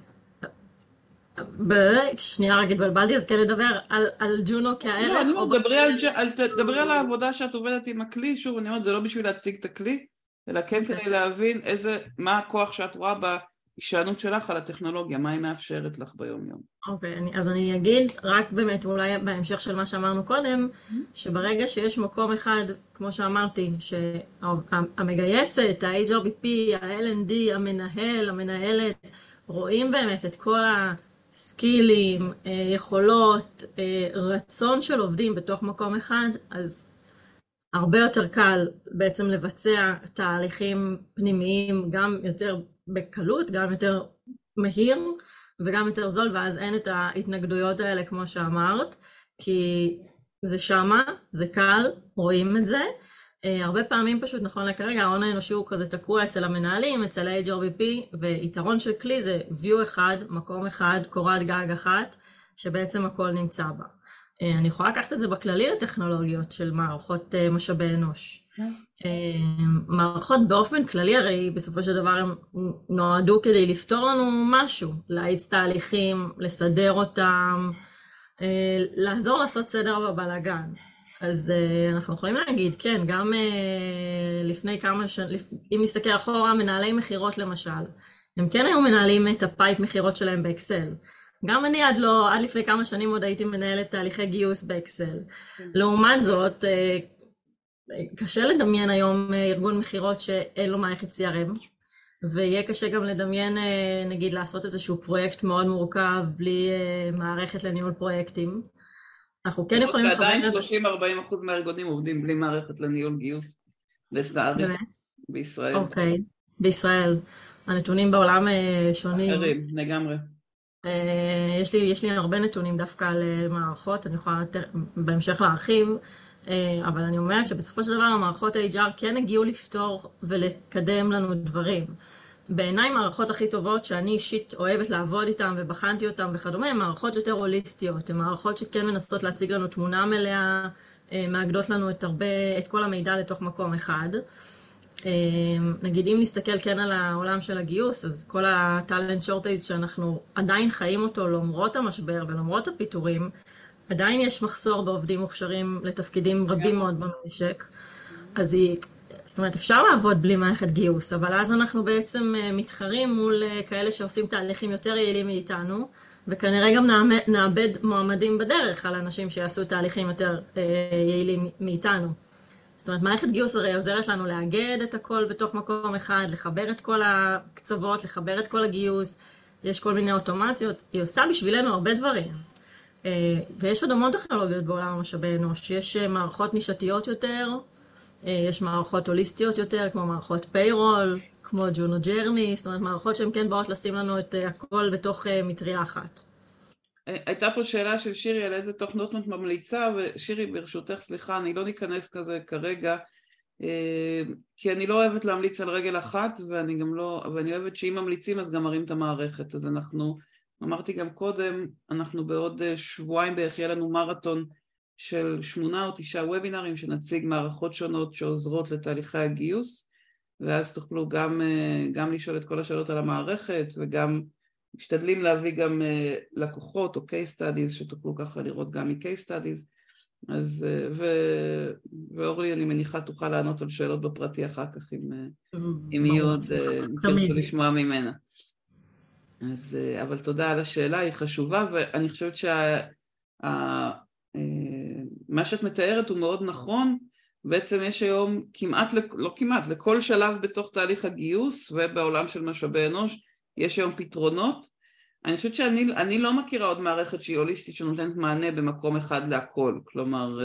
שנייה רגע התבלבלתי, אז כן לדבר על ג'ונו כערך? לא, דברי על העבודה שאת עובדת עם הכלי, שוב אני אומרת, זה לא בשביל להציג את הכלי, אלא כן כדי להבין מה הכוח שאת רואה בהישענות שלך על הטכנולוגיה, מה היא מאפשרת לך ביום יום. אוקיי, אז אני אגיד רק באמת אולי בהמשך של מה שאמרנו קודם, שברגע שיש מקום אחד, כמו שאמרתי, שהמגייסת, ה-HRBP, ה-L&D, המנהלת, רואים באמת את כל הסקילים, יכולות, רצון של עובדים בתוך מקום אחד, אז הרבה יותר קל בעצם לבצע תהליכים פנימיים, גם יותר בקלות, גם יותר מהיר, וגם יותר זול, ואז אין את ההתנגדויות האלה כמו שאמרת, כי זה שמה, זה קל, רואים את זה. הרבה פעמים פשוט נכון לכרגע, ההון האנושי הוא כזה תקוע אצל המנהלים, אצל ה-HRBP, ויתרון של כלי זה view אחד, מקום אחד, קורת גג אחת, שבעצם הכל נמצא בה. אני יכולה לקחת את זה בכללי לטכנולוגיות של מערכות משאבי אנוש. מערכות באופן כללי הרי בסופו של דבר הם נועדו כדי לפתור לנו משהו, להאיץ תהליכים, לסדר אותם, לעזור לעשות סדר בבלגן. אז אנחנו יכולים להגיד, כן, גם לפני כמה שנים, אם נסתכל אחורה, מנהלי מחירות למשל, הם כן היו מנהלים את הפייפ מחירות שלהם באקסל. גם אני עד לפני כמה שנים עוד הייתי מנהלת תהליכי גיוס באקסל. לעומת זאת, קשה לדמיין היום ארגון מחירות שאין לו מערכת CRM, ויהיה קשה גם לדמיין, נגיד, לעשות איזשהו פרויקט מאוד מורכב, בלי מערכת לניהול פרויקטים. אנחנו כן יכולים ועדיין 30-40% מהארגונים עובדים בלי מערכת לניהול גיוס, לצערי, בישראל. אוקיי, בישראל. הנתונים בעולם שונים. אחרים, לגמרי. יש לי הרבה נתונים דווקא על מערכות, אני יכולה בהמשך להרחיב, אבל אני אומרת שבסופו של דבר המערכות HR כן הגיעו לפתור ולקדם לנו דברים. בעיניי מערכות הכי טובות שאני אישית אוהבת לעבוד איתן ובחנתי אותן וכדומה, הן מערכות יותר הוליסטיות, הן מערכות שכן מנסות להציג לנו תמונה מלאה, מאגדות לנו את כל המידע לתוך מקום אחד. נגיד אם נסתכל כן על העולם של הגיוס, אז כל הטלנט שורטייג' שאנחנו עדיין חיים אותו למרות המשבר ולמרות הפיטורים, עדיין יש מחסור בעובדים מוכשרים לתפקידים רבים מאוד במשק. אז זאת אומרת, אפשר לעבוד בלי מערכת גיוס, אבל אז אנחנו בעצם מתחרים מול כאלה שעושים תהליכים יותר יעילים מאיתנו, וכנראה גם נאבד מועמדים בדרך על אנשים שיעשו תהליכים יותר יעילים מאיתנו. זאת אומרת, מערכת גיוס הרי עוזרת לנו לאגד את הכל בתוך מקום אחד, לחבר את כל הקצוות, לחבר את כל הגיוס, יש כל מיני אוטומציות, היא עושה בשבילנו הרבה דברים. ויש עוד המון טכנולוגיות בעולם המשאבי אנוש, יש מערכות נישתיות יותר, יש מערכות הוליסטיות יותר, כמו מערכות פיירול, כמו ג'ונו ג'רני, זאת אומרת, מערכות שהן כן באות לשים לנו את הכל בתוך מטריה אחת. הייתה פה שאלה של שירי על איזה תוכנות את ממליצה, ושירי ברשותך, סליחה, אני לא ניכנס כזה כרגע, כי אני לא אוהבת להמליץ על רגל אחת, ואני אוהבת שאם ממליצים אז גם מראים את המערכת, אז אמרתי גם קודם, אנחנו בעוד שבועיים בערך יהיה לנו מרתון של 8 או 9 וובינרים שנציג מערכות שונות שעוזרות לתהליכי הגיוס, ואז תוכלו גם לשאול את כל השאלות על המערכת, וגם משתדלים להביא גם לקוחות או case studies, שתוכלו ככה לראות גם מ-case studies, אז, ואורלי אני מניחה תוכל לענות על שאלות בפרטי אחר כך, אם יהיו עוד, תרצו לשמוע ממנה. אז, אבל תודה על השאלה, היא חשובה, ואני חושבת מה שאת מתארת הוא מאוד נכון, בעצם יש היום לכל שלב בתוך תהליך הגיוס, ובעולם של משאבי אנוש, יש היום פתרונות. אני חושבת שאני לא מכירה עוד מערכת שהיא הוליסטית שנותנת מענה במקום אחד להכל, כלומר,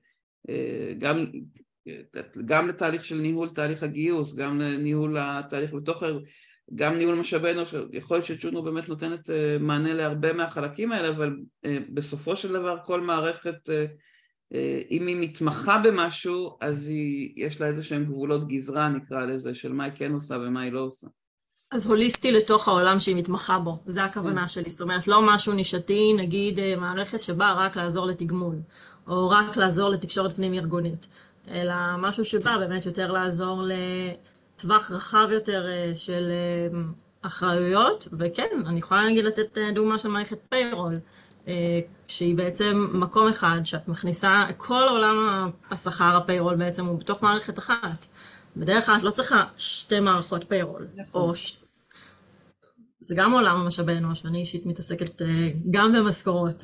גם לתהליך של ניהול תהליך הגיוס, גם לניהול התהליך בתוך, גם ניהול משאבי אנוש, יכול להיות שג'ונו באמת נותנת מענה להרבה מהחלקים האלה, אבל בסופו של דבר כל מערכת, אם היא מתמחה במשהו, אז יש לה איזה שהם גבולות גזרה, נקרא לזה, של מה היא כן עושה ומה היא לא עושה. אז הוליסטי לתוך העולם שהיא מתמחה בו, זה הכוונה שלי. זאת אומרת, לא משהו נישתי, נגיד מערכת שבאה רק לעזור לתגמול, או רק לעזור לתקשורת פנים ארגונית, אלא משהו שבא באמת יותר לעזור לטווח רחב יותר של אחריויות, וכן, אני יכולה להגיד לתת דוגמה של מערכת פיירול, שהיא בעצם מקום אחד שאת מכניסה, כל עולם השכר הפיירול בעצם הוא בתוך מערכת אחת. בדרך כלל את לא צריכה 2 מערכות פיירול, או זה גם עולם המשאבי אנוש, אני אישית מתעסקת גם במשכורות.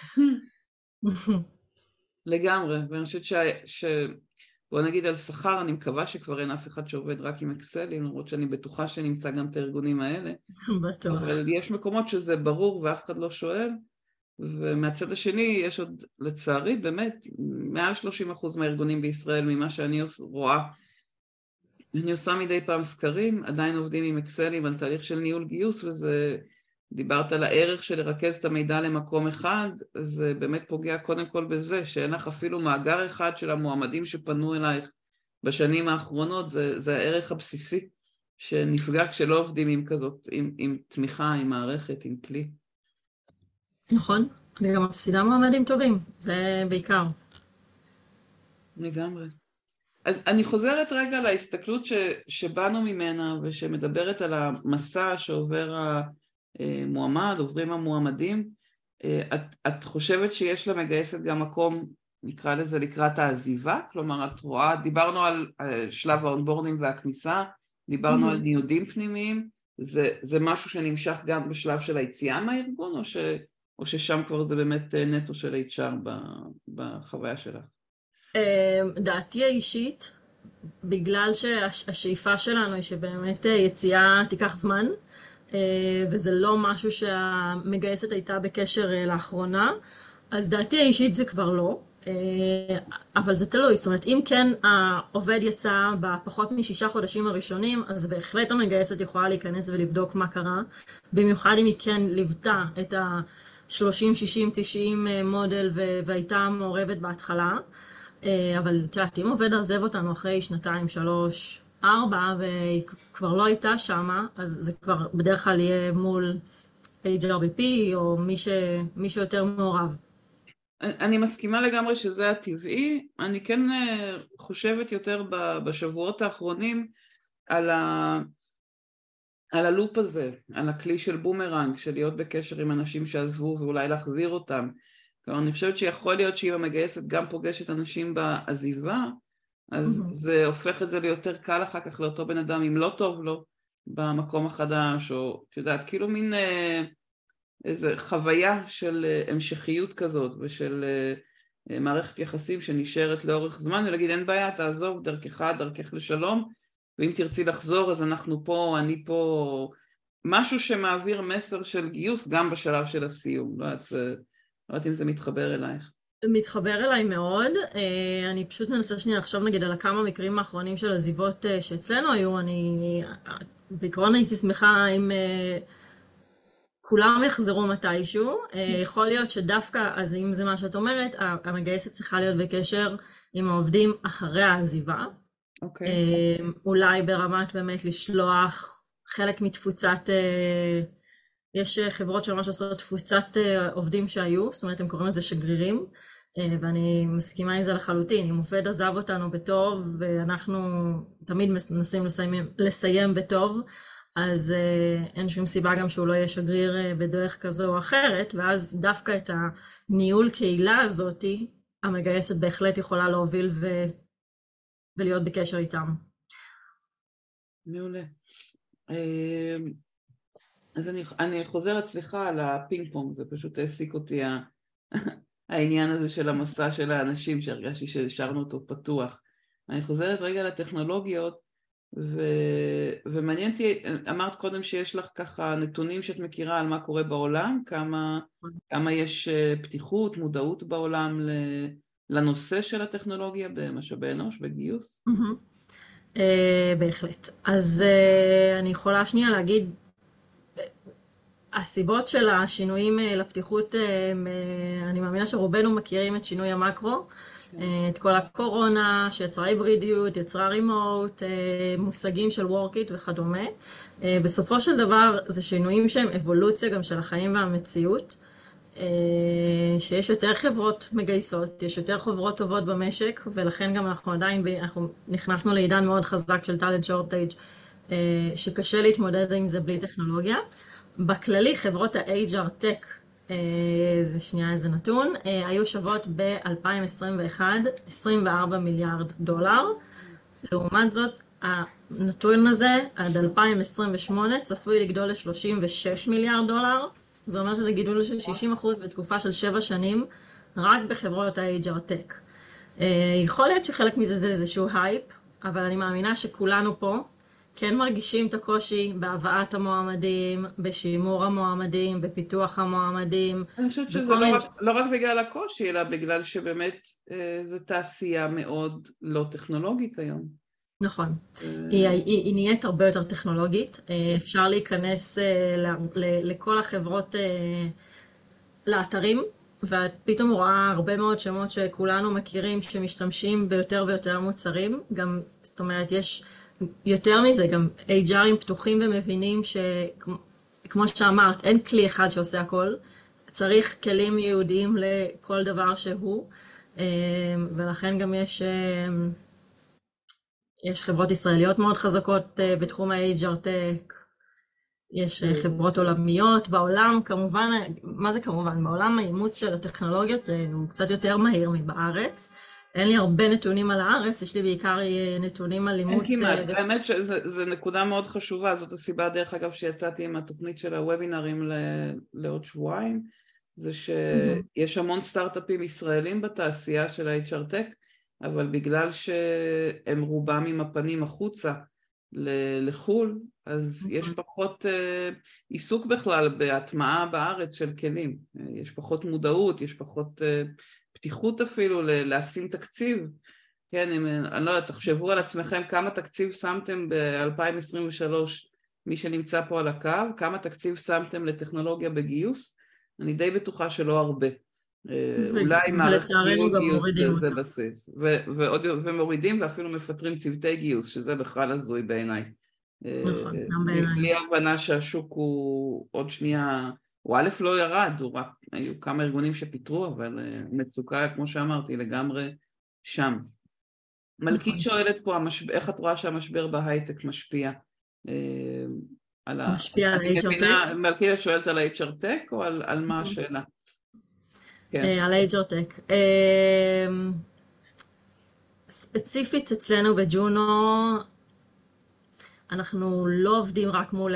לגמרי, ואני חושבת בוא נגיד על שכר, אני מקווה שכבר אין אף אחד שעובד רק עם אקסלים, למרות שאני בטוחה שנמצא גם את הארגונים האלה. בטוח. אבל יש מקומות שזה ברור ואף אחד לא שואל, ומהצד השני יש עוד לצערי באמת מעל 30% מהארגונים בישראל ממה שאני רואה, אני עושה מדי פעם סקרים, עדיין עובדים עם אקסלים על תהליך של ניהול גיוס, וזה, דיברת על הערך של לרכז את המידע למקום אחד, זה באמת פוגע קודם כל בזה, שאין לך אפילו מאגר אחד של המועמדים שפנו אלייך בשנים האחרונות, זה הערך הבסיסי שנפגע כשלא עובדים עם כזאת, עם תמיכה, עם מערכת, עם כלי. נכון, אני גם מפסידה מועמדים טובים, זה בעיקר. לגמרי. אז אני חוזרת רגע להסתכלות שבאנו ממנה ושמדברת על המסע שעובר המועמד, עוברים המועמדים. את חושבת שיש למגייסת גם מקום, נקרא לזה לקראת העזיבה? כלומר, את רואה, דיברנו על שלב האונבורדינג והכניסה, דיברנו על ניודים פנימיים, זה משהו שנמשך גם בשלב של היציאה מהארגון, או ששם כבר זה באמת נטו של HR בחוויה שלך? דעתי האישית, בגלל שהשאיפה שלנו היא שבאמת יציאה תיקח זמן, וזה לא משהו שהמגייסת הייתה בקשר לאחרונה, אז דעתי האישית זה כבר לא, אבל זה תלוי. זאת אומרת, אם כן העובד יצא בפחות מ6 חודשים הראשונים, אז בהחלט המגייסת יכולה להיכנס ולבדוק מה קרה, במיוחד אם היא כן ליוותה את ה-30, 60, 90 מודל והייתה מעורבת בהתחלה. אבל תראה, אם עובד עזב אותנו אחרי 2, 3, 4 והיא כבר לא הייתה שמה, אז זה כבר בדרך כלל יהיה מול HRBP או מי שיותר מעורב. אני מסכימה לגמרי שזה הטבעי. אני כן חושבת יותר בשבועות האחרונים על הלופ הזה, על הכלי של בומרנג, של להיות בקשר עם אנשים שעזבו ואולי להחזיר אותם. כלומר, אני חושבת שיכול להיות שאם המגייסת גם פוגשת אנשים בעזיבה, אז זה הופך את זה ליותר קל אחר כך לאותו בן אדם, אם לא טוב לו, במקום החדש, או, את יודעת, כאילו מין איזו חוויה של המשכיות כזאת, ושל מערכת יחסים שנשארת לאורך זמן, ולהגיד, אין בעיה, תעזוב דרכך לשלום, ואם תרצי לחזור, אז אנחנו פה, אני פה, משהו שמעביר מסר של גיוס, גם בשלב של הסיום, לא יודעת אם זה מתחבר אלייך. מתחבר אליי מאוד. אני פשוט מנסה שנייה לחשוב נגיד על כמה מקרים האחרונים של עזיבות שאצלנו היו. אני בעיקרון הייתי שמחה אם כולם יחזרו מתישהו. יכול להיות שדווקא, אז אם זה מה שאת אומרת, המגייסת צריכה להיות בקשר עם העובדים אחרי העזיבה. אולי ברמת באמת לשלוח חלק מתפוצת, יש חברות שממש עושות תפוצת עובדים שהיו, זאת אומרת הם קוראים לזה שגרירים, ואני מסכימה עם זה לחלוטין. אם עובד עזב אותנו בטוב ואנחנו תמיד מנסים לסיים בטוב, אז אין שום סיבה גם שהוא לא יהיה שגריר בדרך כזו או אחרת, ואז דווקא את הניהול קהילה הזאת המגייסת בהחלט יכולה להוביל ולהיות בקשר איתם. מעולה. אז אני חוזרת, סליחה, על הפינג פונג, זה פשוט העסיק אותי העניין הזה של המסע של האנשים, שהרגשתי שהשארנו אותו פתוח. אני חוזרת רגע לטכנולוגיות, ומעניין אותי, אמרת קודם שיש לך ככה נתונים שאת מכירה על מה קורה בעולם, כמה יש פתיחות, מודעות בעולם לנושא של הטכנולוגיה במשאבי אנוש, בגיוס? בהחלט. אז אני יכולה שנייה להגיד, הסיבות של השינויים לפתיחות, אני מאמינה שרובנו מכירים את שינוי המקרו, את כל הקורונה שיצרה היברידיות, יצרה רימוט, מושגים של וורקיט וכדומה. בסופו של דבר זה שינויים שהם אבולוציה גם של החיים והמציאות, שיש יותר חברות מגייסות, יש יותר חברות טובות במשק, ולכן גם אנחנו עדיין, אנחנו נכנסנו לעידן מאוד חזק של טאלנט שורטייג' שקשה להתמודד עם זה בלי טכנולוגיה. בכללי חברות ה-HR Tech, זה שנייה איזה נתון, היו שוות ב-2021 $24 מיליארד. לעומת זאת, הנתון הזה עד 2028 צפוי לגדול ל-$36 מיליארד. זה אומר שזה גידול של 60% בתקופה של 7 שנים, רק בחברות ה-HR Tech. יכול להיות שחלק מזה זה איזשהו הייפ, אבל אני מאמינה שכולנו פה כן מרגישים את הקושי בהבאת המועמדים, בשימור המועמדים, בפיתוח המועמדים. אני חושבת שזה לא רק בגלל הקושי, אלא בגלל שבאמת זו תעשייה מאוד לא טכנולוגית היום. נכון. היא נהיית הרבה יותר טכנולוגית. אפשר להיכנס לכל החברות, לאתרים, ואת פתאום רואה הרבה מאוד שמות שכולנו מכירים שמשתמשים ביותר ויותר מוצרים. גם, זאת אומרת, יש יותר מזה, גם HRים פתוחים ומבינים שכמו שאמרת, אין כלי אחד שעושה הכל. צריך כלים ייעודיים לכל דבר שהוא, ולכן גם יש חברות ישראליות מאוד חזקות בתחום ה-HR Tech, יש חברות עולמיות בעולם, כמובן, מה זה כמובן? בעולם האימוץ של הטכנולוגיות הוא קצת יותר מהיר מבארץ. אין לי הרבה נתונים על הארץ, יש לי בעיקר נתונים על אימוץ... אין כמעט, באמת שזו נקודה מאוד חשובה, זאת הסיבה דרך אגב שיצאתי עם התוכנית של הוובינרים לעוד שבועיים, זה שיש המון סטארט-אפים ישראלים בתעשייה של ה-HR Tech, אבל בגלל שהם רובם עם הפנים החוצה לחול, אז יש פחות עיסוק בכלל בהטמעה בארץ של כלים, יש פחות מודעות, יש פחות פתיחות אפילו לשים תקציב, כן, אני לא יודע, תחשבו על עצמכם כמה תקציב שמתם ב-2023, מי שנמצא פה על הקו, כמה תקציב שמתם לטכנולוגיה בגיוס, אני די בטוחה שלא הרבה. אולי מערכת גיוס זה בסיס, ומורידים ואפילו מפטרים צוותי גיוס, שזה בכלל הזוי בעיניי. בלי הבנה שהשוק הוא עוד שנייה, הוא א' לא ירד, היו כמה ארגונים שפיטרו, אבל מצוקה, כמו שאמרתי, לגמרי שם. מלכית שואלת פה, איך את רואה שהמשבר בהייטק משפיע? משפיע על ה-HR Tech? מלכית שואלת על ה-HR Tech או על מה השאלה? על ה-HR Tech. ספציפית אצלנו בג'ונו, אנחנו לא עובדים רק מול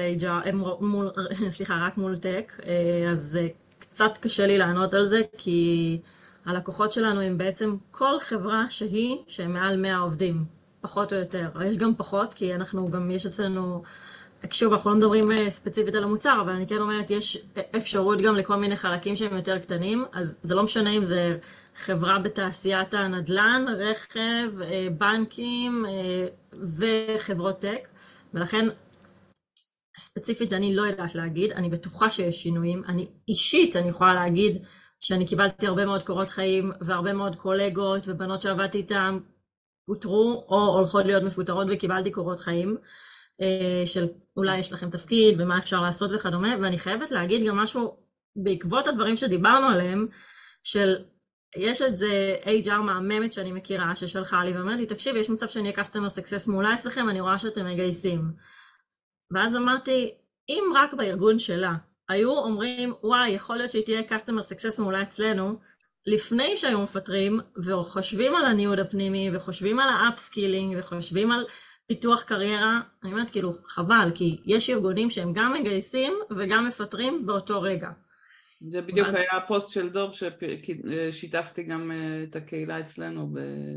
רק מול טק, אז קצת קשה לי לענות על זה, כי הלקוחות שלנו הם בעצם כל חברה שהם מעל 100 עובדים, פחות או יותר. יש גם פחות, כי יש אצלנו, שוב, אנחנו לא מדברים ספציפית על המוצר, אבל אני כן אומרת, יש אפשרות גם לכל מיני חלקים שהם יותר קטנים, אז זה לא משנה אם זה חברה בתעשיית הנדל"ן, רכב, בנקים וחברות טק, ולכן ספציפית אני לא יודעת להגיד, אני בטוחה שיש שינויים, אישית אני יכולה להגיד שאני קיבלתי הרבה מאוד קורות חיים והרבה מאוד קולגות ובנות שעבדתי איתן פוטרו או הולכות להיות מפוטרות וקיבלתי קורות חיים של אולי יש לכם תפקיד ומה אפשר לעשות וכדומה, ואני חייבת להגיד גם משהו בעקבות הדברים שדיברנו עליהם, של יש איזה HR מהממת שאני מכירה ששלחה לי ואומרת לי, תקשיב, יש מצב שאני אהיה customer success מעולה אצלכם, אני רואה שאתם מגייסים. ואז אמרתי, אם רק בארגון שלה היו אומרים, וואי, יכול להיות שהיא תהיה customer success מעולה אצלנו, לפני שהיו מפטרים וחושבים על הניוד הפנימי וחושבים על האפסקילינג וחושבים על פיתוח קריירה, אני אומרת כאילו חבל, כי יש ארגונים שהם גם מגייסים וגם מפטרים באותו רגע. זה בדיוק היה הפוסט של דור ששיתפתי גם את הקהילה אצלנו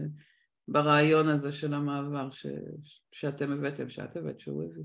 ברעיון הזה של המעבר שאתם הבאתם, שאת הבאת, שהוא הביא.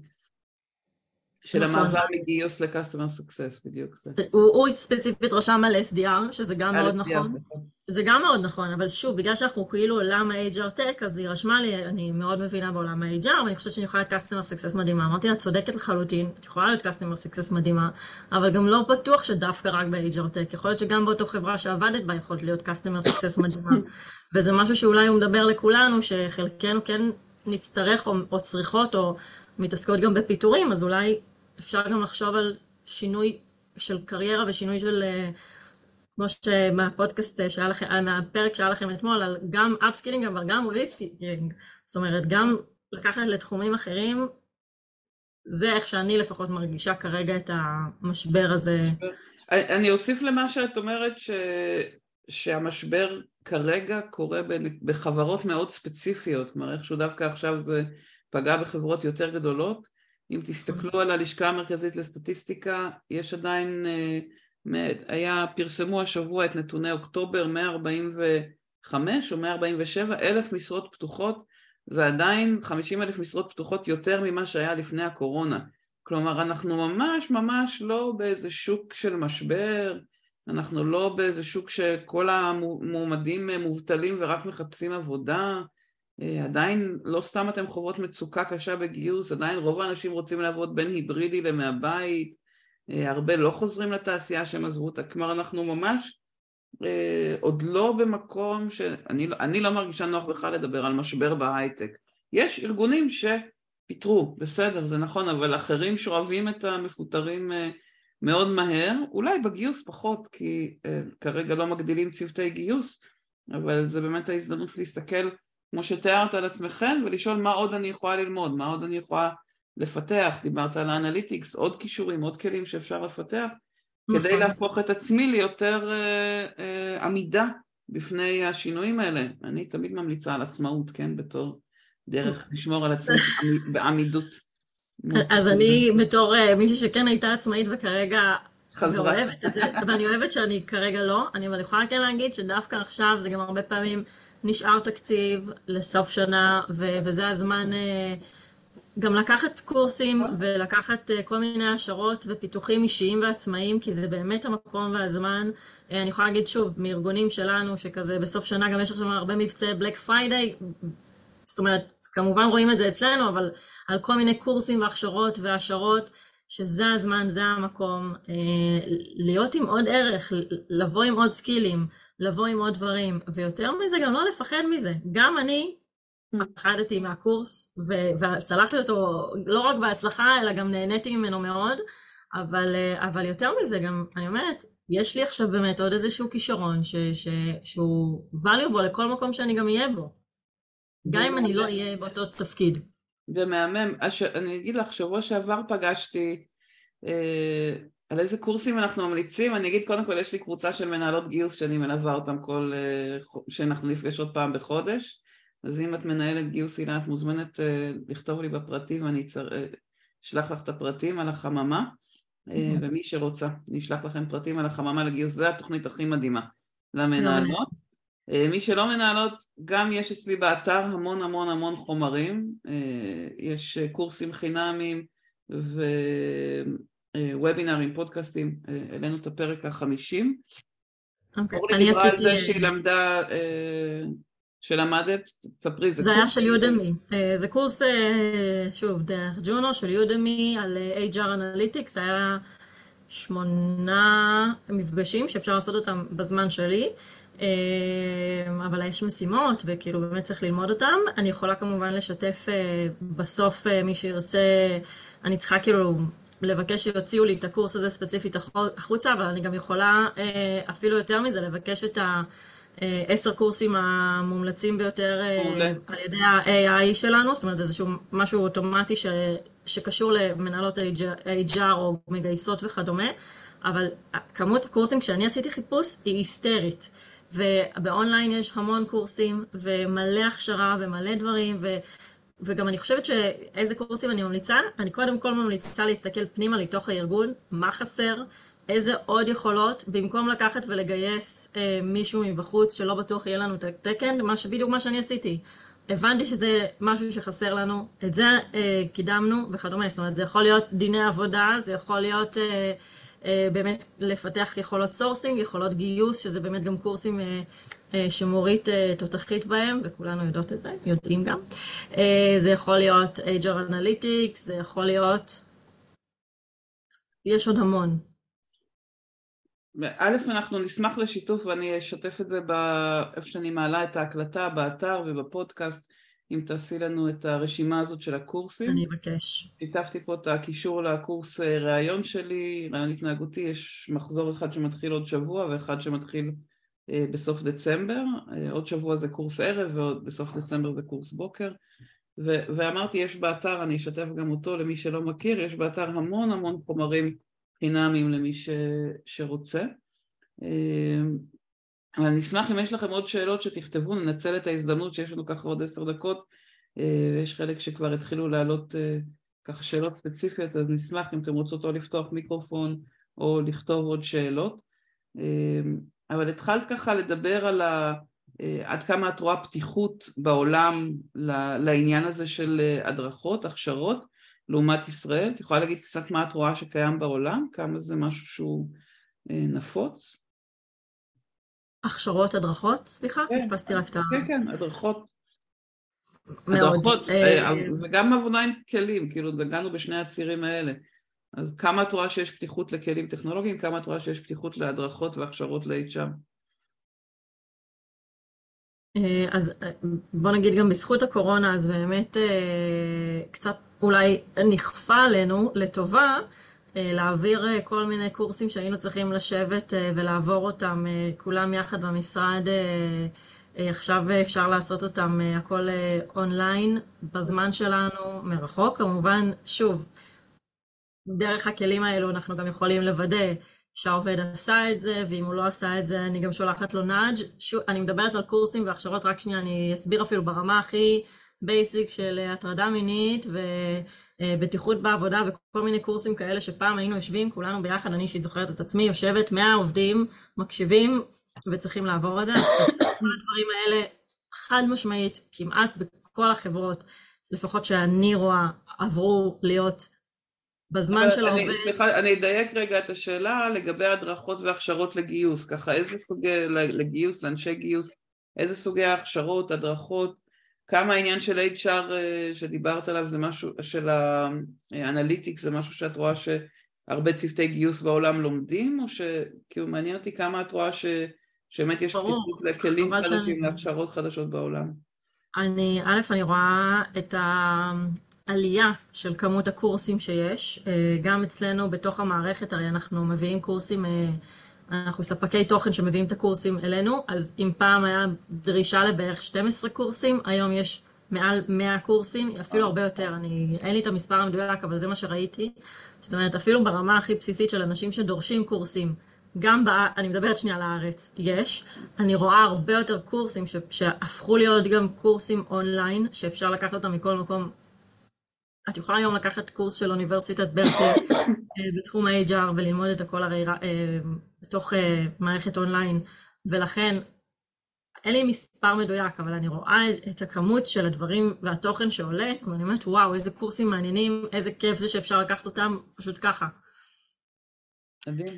של המעבר מגיוס לקסטומר סוקסס, בדיוק זה. הוא ספציפית רשם על SDR, שזה גם מאוד נכון. זה גם מאוד נכון, אבל שוב, בגלל שאנחנו כאילו עולם ה-HR Tech, אז היא רשמה לי, אני מאוד מבינה בעולם ה-HR, ואני חושבת שאני יכולה להיות קסטומר סוקסס מדהימה. אמרתי לה, צודקת לחלוטין, את יכולה להיות קסטומר סוקסס מדהימה, אבל גם לא בטוח שדווקא רק ב-HR Tech. יכול להיות שגם באותו חברה שעבדת בה יכולת להיות קסטומר סוקסס מדהימה. וזה משהו שאולי הוא מדבר לכולנו, שחלקנו כן נצטרך או צריכות או מתעסקות גם בפיתורים, אז אולי אפשר גם לחשוב על שינוי של קריירה ושינוי של, כמו שמהפודקאסט שהיה לכם, מהפרק שהיה לכם אתמול, על גם אפסקילינג, אבל גם ריסקילינג. זאת אומרת, גם לקחת לתחומים אחרים, זה איך שאני לפחות מרגישה כרגע את המשבר הזה. אני אוסיף למה שאת אומרת, שהמשבר כרגע קורה בחברות מאוד ספציפיות, כלומר איכשהו דווקא עכשיו זה פגע בחברות יותר גדולות. אם תסתכלו על הלשכה המרכזית לסטטיסטיקה, יש עדיין, פרסמו השבוע את נתוני אוקטובר, 145 או 147 אלף משרות פתוחות, זה עדיין 50,000 משרות פתוחות יותר ממה שהיה לפני הקורונה. כלומר, אנחנו ממש ממש לא באיזה שוק של משבר, אנחנו לא באיזה שוק שכל המועמדים מובטלים ורק מחפשים עבודה, עדיין לא סתם אתם חוות מצוקה קשה בגיוס, עדיין רוב האנשים רוצים לעבוד בין היברידי למהבית, הרבה לא חוזרים לתעשייה שהם עזבו אותה, כלומר אנחנו ממש עוד לא במקום שאני לא מרגישה נוח בכלל לדבר על משבר בהייטק. יש ארגונים שפיתרו, בסדר, זה נכון, אבל אחרים שואבים את המפוטרים מאוד מהר, אולי בגיוס פחות, כי כרגע לא מגדילים צוותי גיוס, אבל זה באמת ההזדמנות להסתכל, כמו שתיארת על עצמכם, ולשאול מה עוד אני יכולה ללמוד, מה עוד אני יכולה לפתח, דיברת על האנליטיקס, עוד כישורים, עוד כלים שאפשר לפתח, כדי להפוך את עצמי ליותר עמידה בפני השינויים האלה. אני תמיד ממליצה על עצמאות, כן, בתור דרך לשמור על עצמי בעמידות. אז אני בתור מישהי שכן הייתה עצמאית וכרגע חזרה. ואוהבת את זה, ואני אוהבת שאני כרגע לא, אבל יכולה כן להגיד שדווקא עכשיו זה גם הרבה פעמים נשאר תקציב לסוף שנה, וזה הזמן גם לקחת קורסים ולקחת כל מיני השערות ופיתוחים אישיים ועצמאיים, כי זה באמת המקום והזמן. אני יכולה להגיד שוב, מארגונים שלנו שכזה בסוף שנה גם יש עכשיו הרבה מבצעי בלק פריידיי, זאת אומרת, כמובן רואים את זה אצלנו, אבל על כל מיני קורסים והכשרות והשערות, שזה הזמן, זה המקום, להיות עם עוד ערך, לבוא עם עוד סקילים, לבוא עם עוד דברים, ויותר מזה גם לא לפחד מזה. גם אני פחדתי מהקורס, וצלחתי אותו לא רק בהצלחה, אלא גם נהניתי ממנו מאוד, אבל יותר מזה גם, אני אומרת, יש לי עכשיו באמת עוד איזשהו כישרון, שהוא valuable לכל מקום שאני גם אהיה בו. גם אם אני לא אהיה באותו תפקיד. ומהמם, אני אגיד לך, שבוע שעבר פגשתי על איזה קורסים אנחנו ממליצים. אני אגיד קודם כל, יש לי קבוצה של מנהלות גיוס שאני מלווה אותם שאנחנו נפגש עוד פעם בחודש, אז אם את מנהלת גיוס, אילן, את מוזמנת לכתוב לי בפרטים, ואני אשלח לך את הפרטים על החממה, ומי שרוצה, אני אשלח לכם פרטים על החממה לגיוס, זה התוכנית הכי מדהימה למנהלות. מי שלא מנהלות, גם יש אצלי באתר המון המון המון חומרים, יש קורסים חינמים ווובינרים, פודקאסטים, אלינו את הפרק ה-50. אורלי דיברה על זה שהיא למדה, שלמדת, תספרי, זה היה של יודמי, זה קורס, שוב, דרך ג'ונו של יודמי על HR Analytics, היה 8 מפגשים שאפשר לעשות אותם בזמן שלי, אבל יש משימות וכאילו באמת צריך ללמוד אותם. אני יכולה כמובן לשתף בסוף, מי שירצה, אני צריכה כאילו לבקש שיוציאו לי את הקורס הזה ספציפית החוצה, אבל אני גם יכולה אפילו יותר מזה לבקש את 10 קורסים המומלצים ביותר על ידי ה-AI שלנו, זאת אומרת איזשהו משהו אוטומטי שקשור למנהלות HR או מגייסות וכדומה, אבל כמות הקורסים כשאני עשיתי חיפוש היא היסטרית, ובאונליין יש המון קורסים ומלא הכשרה ומלא דברים, וגם אני חושבת שאיזה קורסים אני ממליצה, אני קודם כל ממליצה להסתכל פנימה לתוך הארגון, מה חסר, איזה עוד יכולות, במקום לקחת ולגייס מישהו מבחוץ שלא בטוח יהיה לנו את התקן, בדיוק מה שאני עשיתי. הבנתי שזה משהו שחסר לנו, את זה קידמנו וכדומה, זאת אומרת זה יכול להיות דיני עבודה, זה יכול להיות באמת לפתח יכולות סורסינג, יכולות גיוס, שזה באמת גם קורסים שמורית תותחית בהם, וכולנו יודעות את זה, יודעים גם. זה יכול להיות HR Analytics, זה יכול להיות, יש עוד המון. א', אנחנו נשמח לשיתוף, ואני אשתף את זה איפה שאני מעלה את ההקלטה באתר ובפודקאסט, אם תעשי לנו את הרשימה הזאת של הקורסים. אני אבקש. שיתפתי פה את הקישור לקורס ראיון שלי, ראיון התנהגותי, יש מחזור אחד שמתחיל עוד שבוע, ואחד שמתחיל בסוף דצמבר, עוד שבוע זה קורס ערב, ובסוף דצמבר זה קורס בוקר, ואמרתי, יש באתר, אני אשתף גם אותו למי שלא מכיר, יש באתר המון המון חומרים חינמים למי שרוצה. אבל אני אשמח אם יש לכם עוד שאלות שתכתבו, ננצל את ההזדמנות שיש לנו ככה עוד 10 דקות, ויש חלק שכבר התחילו לעלות ככה שאלות ספציפיות, אז נשמח אם אתם רוצות או לפתוח מיקרופון או לכתוב עוד שאלות. אבל התחלת ככה לדבר על עד כמה את רואה פתיחות בעולם לעניין הזה של הדרכות, הכשרות, לעומת ישראל. את יכולה להגיד קצת מה את רואה שקיים בעולם? כמה זה משהו שהוא נפוץ? הכשרות, הדרכות? סליחה, פספסתי רק את ה... כן, הדרכות. מאוד. וגם עבודה עם כלים, כאילו דגענו בשני הצירים האלה. אז כמה את רואה שיש פתיחות לכלים טכנולוגיים, כמה את רואה שיש פתיחות להדרכות והכשרות ל-HR? אז בוא נגיד גם בזכות הקורונה, אז באמת קצת אולי נכפה עלינו לטובה, להעביר כל מיני קורסים שהיינו צריכים לשבת ולעבור אותם כולם יחד במשרד. עכשיו אפשר לעשות אותם הכל אונליין בזמן שלנו, מרחוק. כמובן, שוב, דרך הכלים האלו אנחנו גם יכולים לוודא שהעובד עשה את זה, ואם הוא לא עשה את זה אני גם שולחת לו נאג'. אני מדברת על קורסים והכשרות, רק שנייה, אני אסביר אפילו ברמה הכי בייסיק של הטרדה מינית ובטיחות בעבודה וכל מיני קורסים כאלה שפעם היינו יושבים כולנו ביחד, אני אישית זוכרת את עצמי, יושבת 100 עובדים, מקשיבים וצריכים לעבור את זה. הדברים האלה חד משמעית, כמעט בכל החברות, לפחות שאני רואה, עברו להיות בזמן של העובד. סליחה, אני אדייק רגע את השאלה לגבי הדרכות והכשרות לגיוס, ככה איזה סוגי, לגיוס, לאנשי גיוס, איזה סוגי ההכשרות, הדרכות, כמה העניין של HR שדיברת עליו זה משהו, של האנליטיקס, זה משהו שאת רואה שהרבה צוותי גיוס בעולם לומדים, או שכאילו מעניין אותי כמה את רואה שבאמת יש פתיחות לכלים חדשים, להכשרות חדשות בעולם? אני רואה את העלייה של כמות הקורסים שיש, גם אצלנו בתוך המערכת, הרי אנחנו מביאים קורסים, אנחנו ספקי תוכן שמביאים את הקורסים אלינו, אז אם פעם היה דרישה לבערך 12 קורסים, היום יש מעל 100 קורסים, אפילו הרבה יותר, אין לי את המספר המדויק, אבל זה מה שראיתי. זאת אומרת, אפילו ברמה הכי בסיסית של אנשים שדורשים קורסים, גם אני מדברת שנייה לארץ, אני רואה הרבה יותר קורסים שהפכו להיות גם קורסים אונליין, שאפשר לקחת אותם מכל מקום. את יכולה היום לקחת קורס של אוניברסיטת ברקלי בתחום ה-HR וללמוד את הכל הרי בתוך מערכת אונליין, ולכן אין לי מספר מדויק, אבל אני רואה את הכמות של הדברים והתוכן שעולה, ואני אומרת וואו, איזה קורסים מעניינים, איזה כיף זה שאפשר לקחת אותם פשוט ככה. מדהים.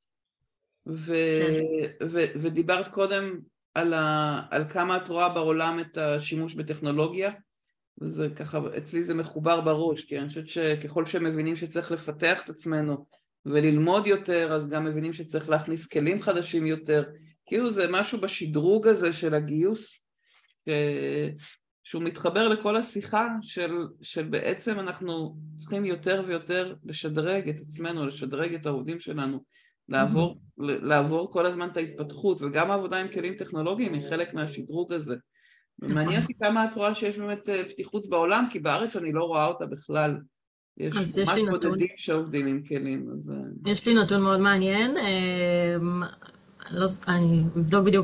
ודיברת קודם על כמה את רואה בעולם את השימוש בטכנולוגיה, וזה ככה, אצלי זה מחובר בראש, כי אני חושבת שככל שמבינים שצריך לפתח את עצמנו וללמוד יותר, אז גם מבינים שצריך להכניס כלים חדשים יותר, כאילו זה משהו בשדרוג הזה של הגיוס, שהוא מתחבר לכל השיחה של בעצם אנחנו צריכים יותר ויותר לשדרג את עצמנו, לשדרג את העובדים שלנו, לעבור כל הזמן את ההתפתחות, וגם העבודה עם כלים טכנולוגיים היא חלק מהשדרוג הזה. מעניין אותי כמה את רואה שיש באמת פתיחות בעולם, כי בארץ אני לא רואה אותה בכלל. יש ממש בודדים שעובדים עם כלים. יש לי נתון מאוד מעניין, אני אבדוק בדיוק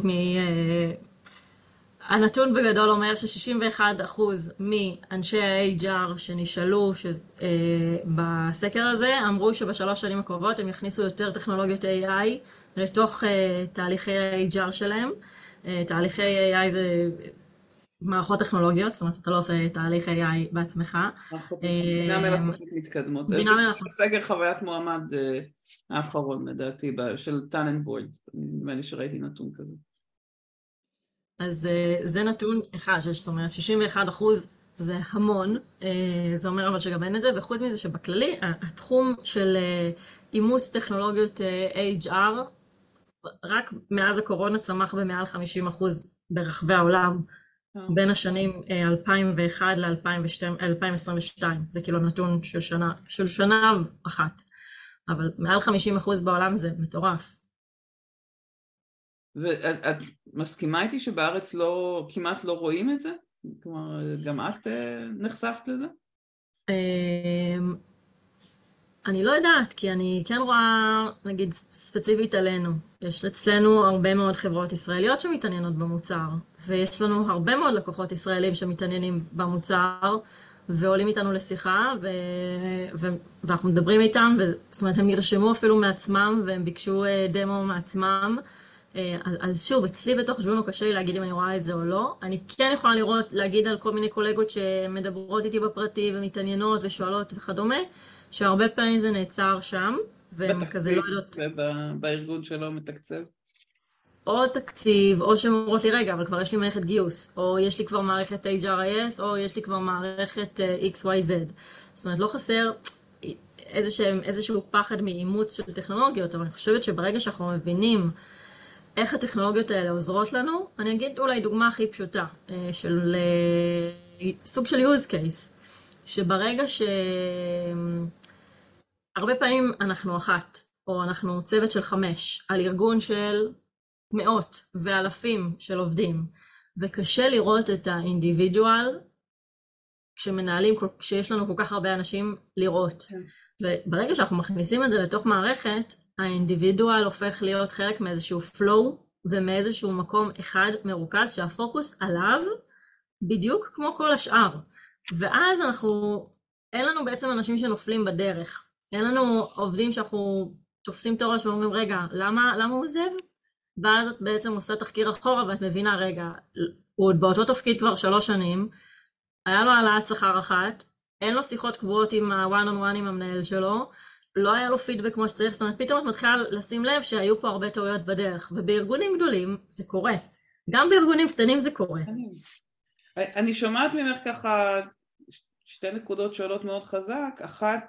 הנתון בגדול אומר ש61% מאנשי ה-HR שנשאלו בסקר הזה, אמרו שבשלוש שנים הקרובות הם יכניסו יותר טכנולוגיות AI לתוך תהליכי ה-HR שלהם. תהליכי AI זה מערכות טכנולוגיות, זאת אומרת, אתה לא עושה תהליך AI בעצמך. בינה מלאכותית מתקדמות. סגר חוויית מועמד האחרון, לדעתי, של טננבוילד. נדמה לי שראיתי נתון כזה. אז זה נתון אחד, זאת אומרת, 61% זה המון, זה אומר אבל שגם אין את זה, וחוץ מזה שבכללי, התחום של אימוץ טכנולוגיות HR, רק מאז הקורונה צמח במעל 50% ברחבי העולם, בין השנים 2001 ל-2022, זה כאילו נתון של שנה אחת, אבל מעל 50% בעולם זה מטורף. ואת מסכימה איתי שבארץ כמעט לא רואים את זה? כלומר, גם את נחשפת לזה? אני לא יודעת, כי אני כן רואה, נגיד, ספציפית עלינו. יש אצלנו הרבה מאוד חברות ישראליות שמתעניינות במוצר, ויש לנו הרבה מאוד לקוחות ישראלים שמתעניינים במוצר, ועולים איתנו לשיחה, ואנחנו מדברים איתם, זאת אומרת, הם נרשמו אפילו מעצמם, והם ביקשו דמו מעצמם. אז שוב, אצלי בתוך ז'ונו קשה לי להגיד אם אני רואה את זה או לא. אני כן יכולה להגיד על כל מיני קולגות שמדברות איתי בפרטי ומתעניינות ושואלות וכדומה, שהרבה פעמים זה נעצר שם, והם כזה לא יודעות. ובארגון שלו מתקצב? או תקציב, או שהן אומרות לי, רגע, אבל כבר יש לי מערכת גיוס, או יש לי כבר מערכת HRIS, או יש לי כבר מערכת XYZ. זאת אומרת, לא חסר איזשהו פחד מאימוץ של טכנולוגיות, אבל אני חושבת שברגע שאנחנו מבינים איך הטכנולוגיות האלה עוזרות לנו, אני אגיד אולי דוגמה הכי פשוטה, של סוג של use case, שברגע הרבה פעמים אנחנו אחת, או אנחנו צוות של 5, על ארגון של מאות ואלפים של עובדים, וקשה לראות את האינדיבידואל כשיש לנו כל כך הרבה אנשים לראות. וברגע שאנחנו מכניסים את זה לתוך מערכת, האינדיבידואל הופך להיות חלק מאיזשהו flow, ומאיזשהו מקום אחד מרוכז שהפוקוס עליו בדיוק כמו כל השאר. ואז אין לנו בעצם אנשים שנופלים בדרך. אין לנו עובדים שאנחנו תופסים את הראש ואומרים, רגע, למה הוא עוזב? ואז את בעצם עושה תחקיר אחורה ואת מבינה, רגע, הוא עוד באותו תפקיד כבר 3 שנים, היה לו העלאת שכר אחת, אין לו שיחות קבועות עם ה-one on one עם המנהל שלו, לא היה לו פידבק כמו שצריך, זאת אומרת, פתאום את מתחילה לשים לב שהיו פה הרבה טעויות בדרך, ובארגונים גדולים זה קורה. גם בארגונים קטנים זה קורה. אני שומעת ממך ככה 2 נקודות שעולות מאוד חזק.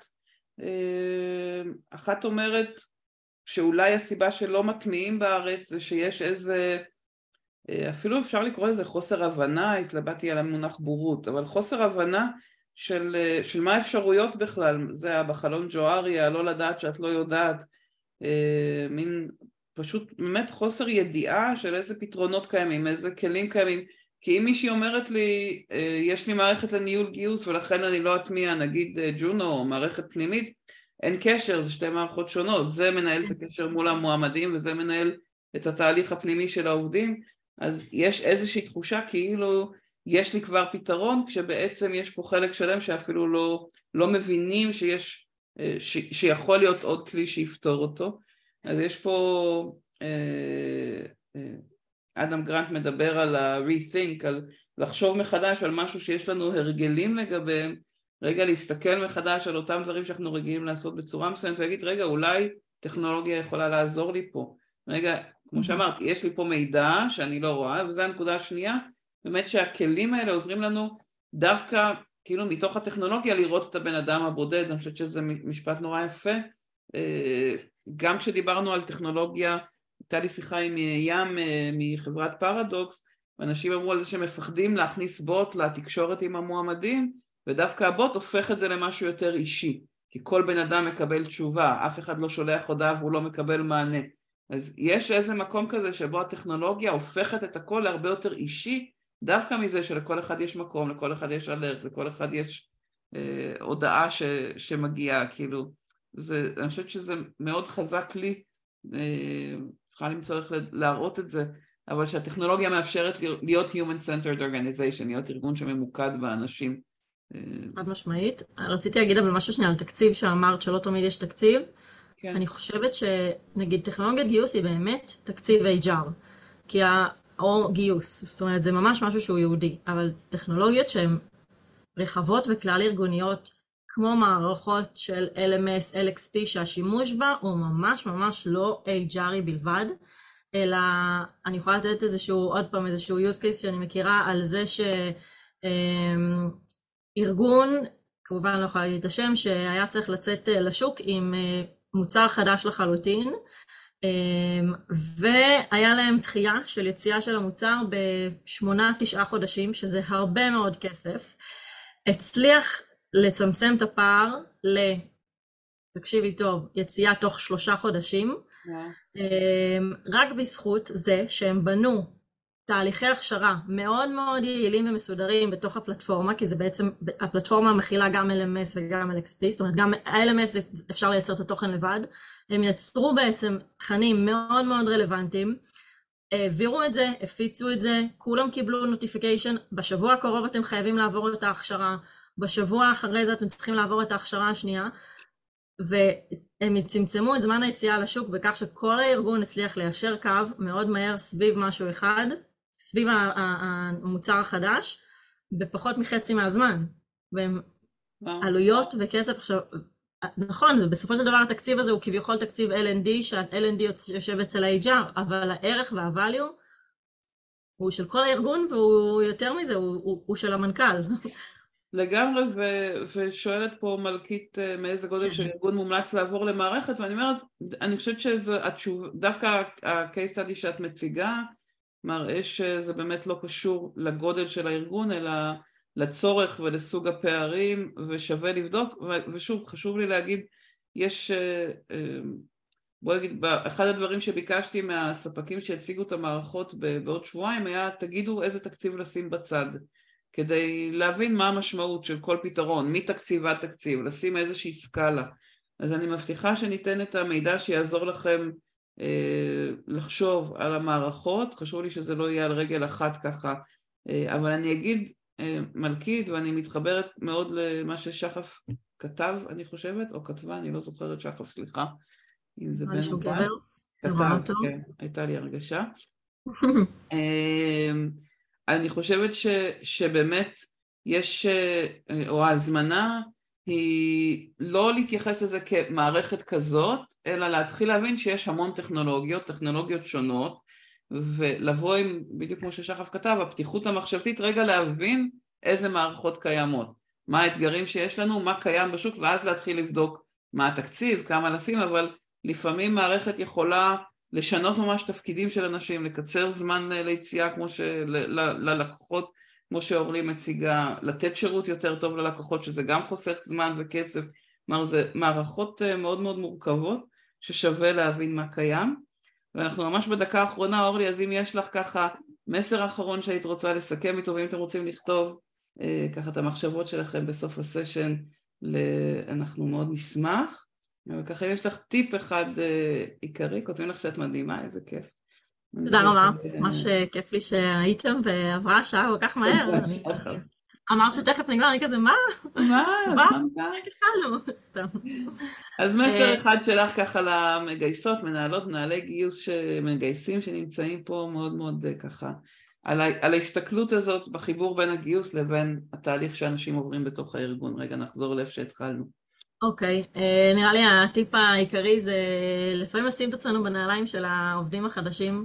אחת אומרת שאולי הסיבה שלא מטמיעים בארץ זה שיש איזה, אפילו אפשר לקרוא לזה חוסר הבנה, התלבטתי על המונח בורות, אבל חוסר הבנה של מה האפשרויות בכלל, זה בחלון ג'ואריה, לא לדעת שאת לא יודעת, מין פשוט באמת חוסר ידיעה של איזה פתרונות קיימים, איזה כלים קיימים, כי אם מישהי אומרת לי, יש לי מערכת לניהול גיוס ולכן אני לא אטמיע, נגיד ג'ונו או מערכת פנימית, אין קשר, זה 2 מערכות שונות, זה מנהל את הקשר מול המועמדים וזה מנהל את התהליך הפנימי של העובדים, אז יש איזושהי תחושה כאילו יש לי כבר פתרון, כשבעצם יש פה חלק שלם שאפילו לא מבינים שיכול להיות עוד כלי שיפתור אותו. אז יש פה, אדם גרנט מדבר על ה-rethink, על לחשוב מחדש על משהו שיש לנו הרגלים לגביהם, רגע להסתכל מחדש על אותם דברים שאנחנו רגילים לעשות בצורה מסוימת, ולהגיד רגע אולי טכנולוגיה יכולה לעזור לי פה, רגע כמו שאמרתי יש לי פה מידע שאני לא רואה, וזו הנקודה השנייה, באמת שהכלים האלה עוזרים לנו דווקא כאילו מתוך הטכנולוגיה לראות את הבן אדם הבודד. אני חושבת שזה משפט נורא יפה, גם כשדיברנו על טכנולוגיה, הייתה לי שיחה עם ים מחברת פרדוקס, ואנשים אמרו על זה שמפחדים להכניס בוט לתקשורת עם המועמדים, ודווקא הבוט הופך את זה למשהו יותר אישי, כי כל בן אדם מקבל תשובה, אף אחד לא שולח הודעה והוא לא מקבל מענה. אז יש איזה מקום כזה שבו הטכנולוגיה הופכת את הכל להרבה יותר אישי, דווקא מזה שלכל אחד יש מקום, לכל אחד יש אלרט, לכל אחד יש הודעה שמגיעה, כאילו, אני חושבת שזה מאוד חזק לי, צריכה למצוא איך להראות את זה, אבל שהטכנולוגיה מאפשרת להיות human-centered organization, להיות ארגון שממוקד באנשים. חד משמעית. רציתי להגיד אבל משהו שנייה על תקציב שאמרת שלא תמיד יש תקציב. כן. אני חושבת שנגיד טכנולוגיית גיוס היא באמת תקציב HR, או גיוס, זאת אומרת זה ממש משהו שהוא יהודי, אבל טכנולוגיות שהן רחבות וכלל ארגוניות, כמו מערכות של LMS, LXP שהשימוש בה הוא ממש ממש לא HRי בלבד, אלא אני יכולה לתת עוד פעם איזשהו use case שאני מכירה על זה שארגון, כמובן לא יכולה להגיד את השם, שהיה צריך לצאת לשוק עם מוצר חדש לחלוטין, והיה להם דחייה של יציאה של המוצר ב8-9 חודשים, שזה הרבה מאוד כסף, הצליח לצמצם את הפער תקשיבי טוב, יציאה תוך 3 חודשים, רק בזכות זה שהם בנו תהליכי הכשרה מאוד מאוד יעילים ומסודרים בתוך הפלטפורמה, כי זה בעצם, הפלטפורמה מכילה גם LMS וגם LXP, זאת אומרת גם LMS אפשר לייצר את התוכן לבד, הם יצרו בעצם תכנים מאוד מאוד רלוונטיים, העבירו את זה, הפיצו את זה, כולם קיבלו נוטיפיקיישן, בשבוע הקרוב אתם חייבים לעבור את ההכשרה, בשבוע אחרי זה אתם צריכים לעבור את ההכשרה השנייה, והם צמצמו את זמן היציאה לשוק בכך שכל הארגון הצליח ליישר קו מאוד מהר סביב משהו אחד, סביב המוצר החדש, בפחות מחצי מהזמן. והם עלויות וכסף עכשיו, נכון, בסופו של דבר התקציב הזה הוא כביכול תקציב L&D, שה-L&D יושב אצל ה-HR, אבל הערך וה-value הוא של כל הארגון, והוא יותר מזה, הוא של המנכ"ל. לגמרי, ושואלת פה מלכית מאיזה גודל של ארגון מומלץ לעבור למערכת, ואני אומרת, אני חושבת דווקא ה-case study שאת מציגה, מראה שזה באמת לא קשור לגודל של הארגון, אלא לצורך ולסוג הפערים, ושווה לבדוק, ושוב, חשוב לי להגיד, יש, בוא נגיד, אחד הדברים שביקשתי מהספקים שהציגו את המערכות בעוד שבועיים היה, תגידו איזה תקציב לשים בצד, כדי להבין מה המשמעות של כל פתרון, מתקציב עד תקציב, לשים איזושהי סקאלה. אז אני מבטיחה שניתן את המידע שיעזור לכם לחשוב על המערכות, חשוב לי שזה לא יהיה על רגל אחת ככה, אבל אני אגיד מלכית, ואני מתחברת מאוד למה ששחף כתב, אני חושבת, או כתבה, אני לא זוכרת שחף, סליחה, אם זה בן או בת. כתב, כן, הייתה לי הרגשה. אני חושבת שבאמת יש, או ההזמנה היא לא להתייחס לזה כמערכת כזאת, אלא להתחיל להבין שיש המון טכנולוגיות שונות, ולבוא עם, בדיוק כמו ששחף כתב, הפתיחות המחשבתית, רגע להבין איזה מערכות קיימות, מה האתגרים שיש לנו, מה קיים בשוק, ואז להתחיל לבדוק מה התקציב, כמה לשים, אבל לפעמים מערכת יכולה לשנות ממש תפקידים של אנשים, לקצר זמן ליציאה ללקוחות, כמו שאורלי מציגה, לתת שירות יותר טוב ללקוחות, שזה גם חוסך זמן וכסף, כלומר זה מערכות מאוד מאוד מורכבות, ששווה להבין מה קיים, ואנחנו ממש בדקה האחרונה, אורלי, אז אם יש לך ככה מסר אחרון שהיית רוצה לסכם איתו, ואם אתם רוצים לכתוב ככה את המחשבות שלכם בסוף הסשן, אנחנו מאוד נשמח, וככה אם יש לך טיפ אחד עיקרי, כותבים לך שאת מדהימה, איזה כיף. תודה רבה, ממש כיף לי שהייתם ועברה שעה כל כך מהר. אמרת שתכף נגמר, אני כזה, מה? אז מסר אחד שלך ככה למגייסות, מנהלות, מנהלי גיוס שמגייסים שנמצאים פה מאוד מאוד ככה, על ההסתכלות הזאת בחיבור בין הגיוס לבין התהליך שאנשים עוברים בתוך הארגון. רגע, נחזור לאיפה שהתחלנו. אוקיי, נראה לי הטיפ העיקרי זה לפעמים לשים את עצמנו בנעליים של העובדים החדשים,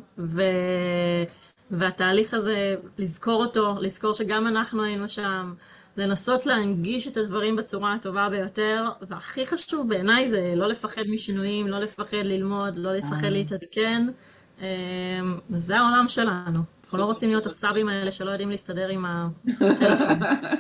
והתהליך הזה, לזכור אותו, לזכור שגם אנחנו היינו שם, לנסות להנגיש את הדברים בצורה הטובה ביותר, והכי חשוב בעיניי זה לא לפחד משינויים, לא לפחד ללמוד, לא לפחד להתעדכן, וזה העולם שלנו. אנחנו לא רוצים להיות הסאבים האלה שלא יודעים להסתדר עם הטלפון.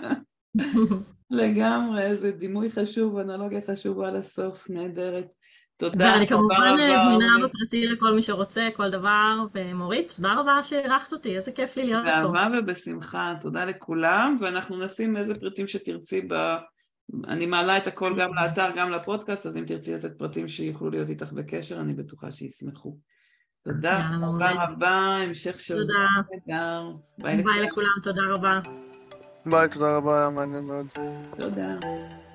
לגמרי, איזה דימוי חשוב, אנלוגיה חשובה לסוף, נהדרת. תודה. ואני כמובן זמינה בפרטי לכל מי שרוצה, כל דבר, ומורית, תודה רבה שהערכת אותי, איזה כיף לי להיות פה. באהבה ובשמחה, תודה לכולם, ואנחנו נשים איזה פרטים שתרצי אני מעלה את הכל גם לאתר, גם לפודקאסט, אז אם תרצי לתת פרטים שיוכלו להיות איתך בקשר, אני בטוחה שישמחו. תודה, תודה רבה, המשך שבוע. תודה. ביי לכולם, תודה רבה. ביי, תודה רבה, היה מעניין מאוד. תודה.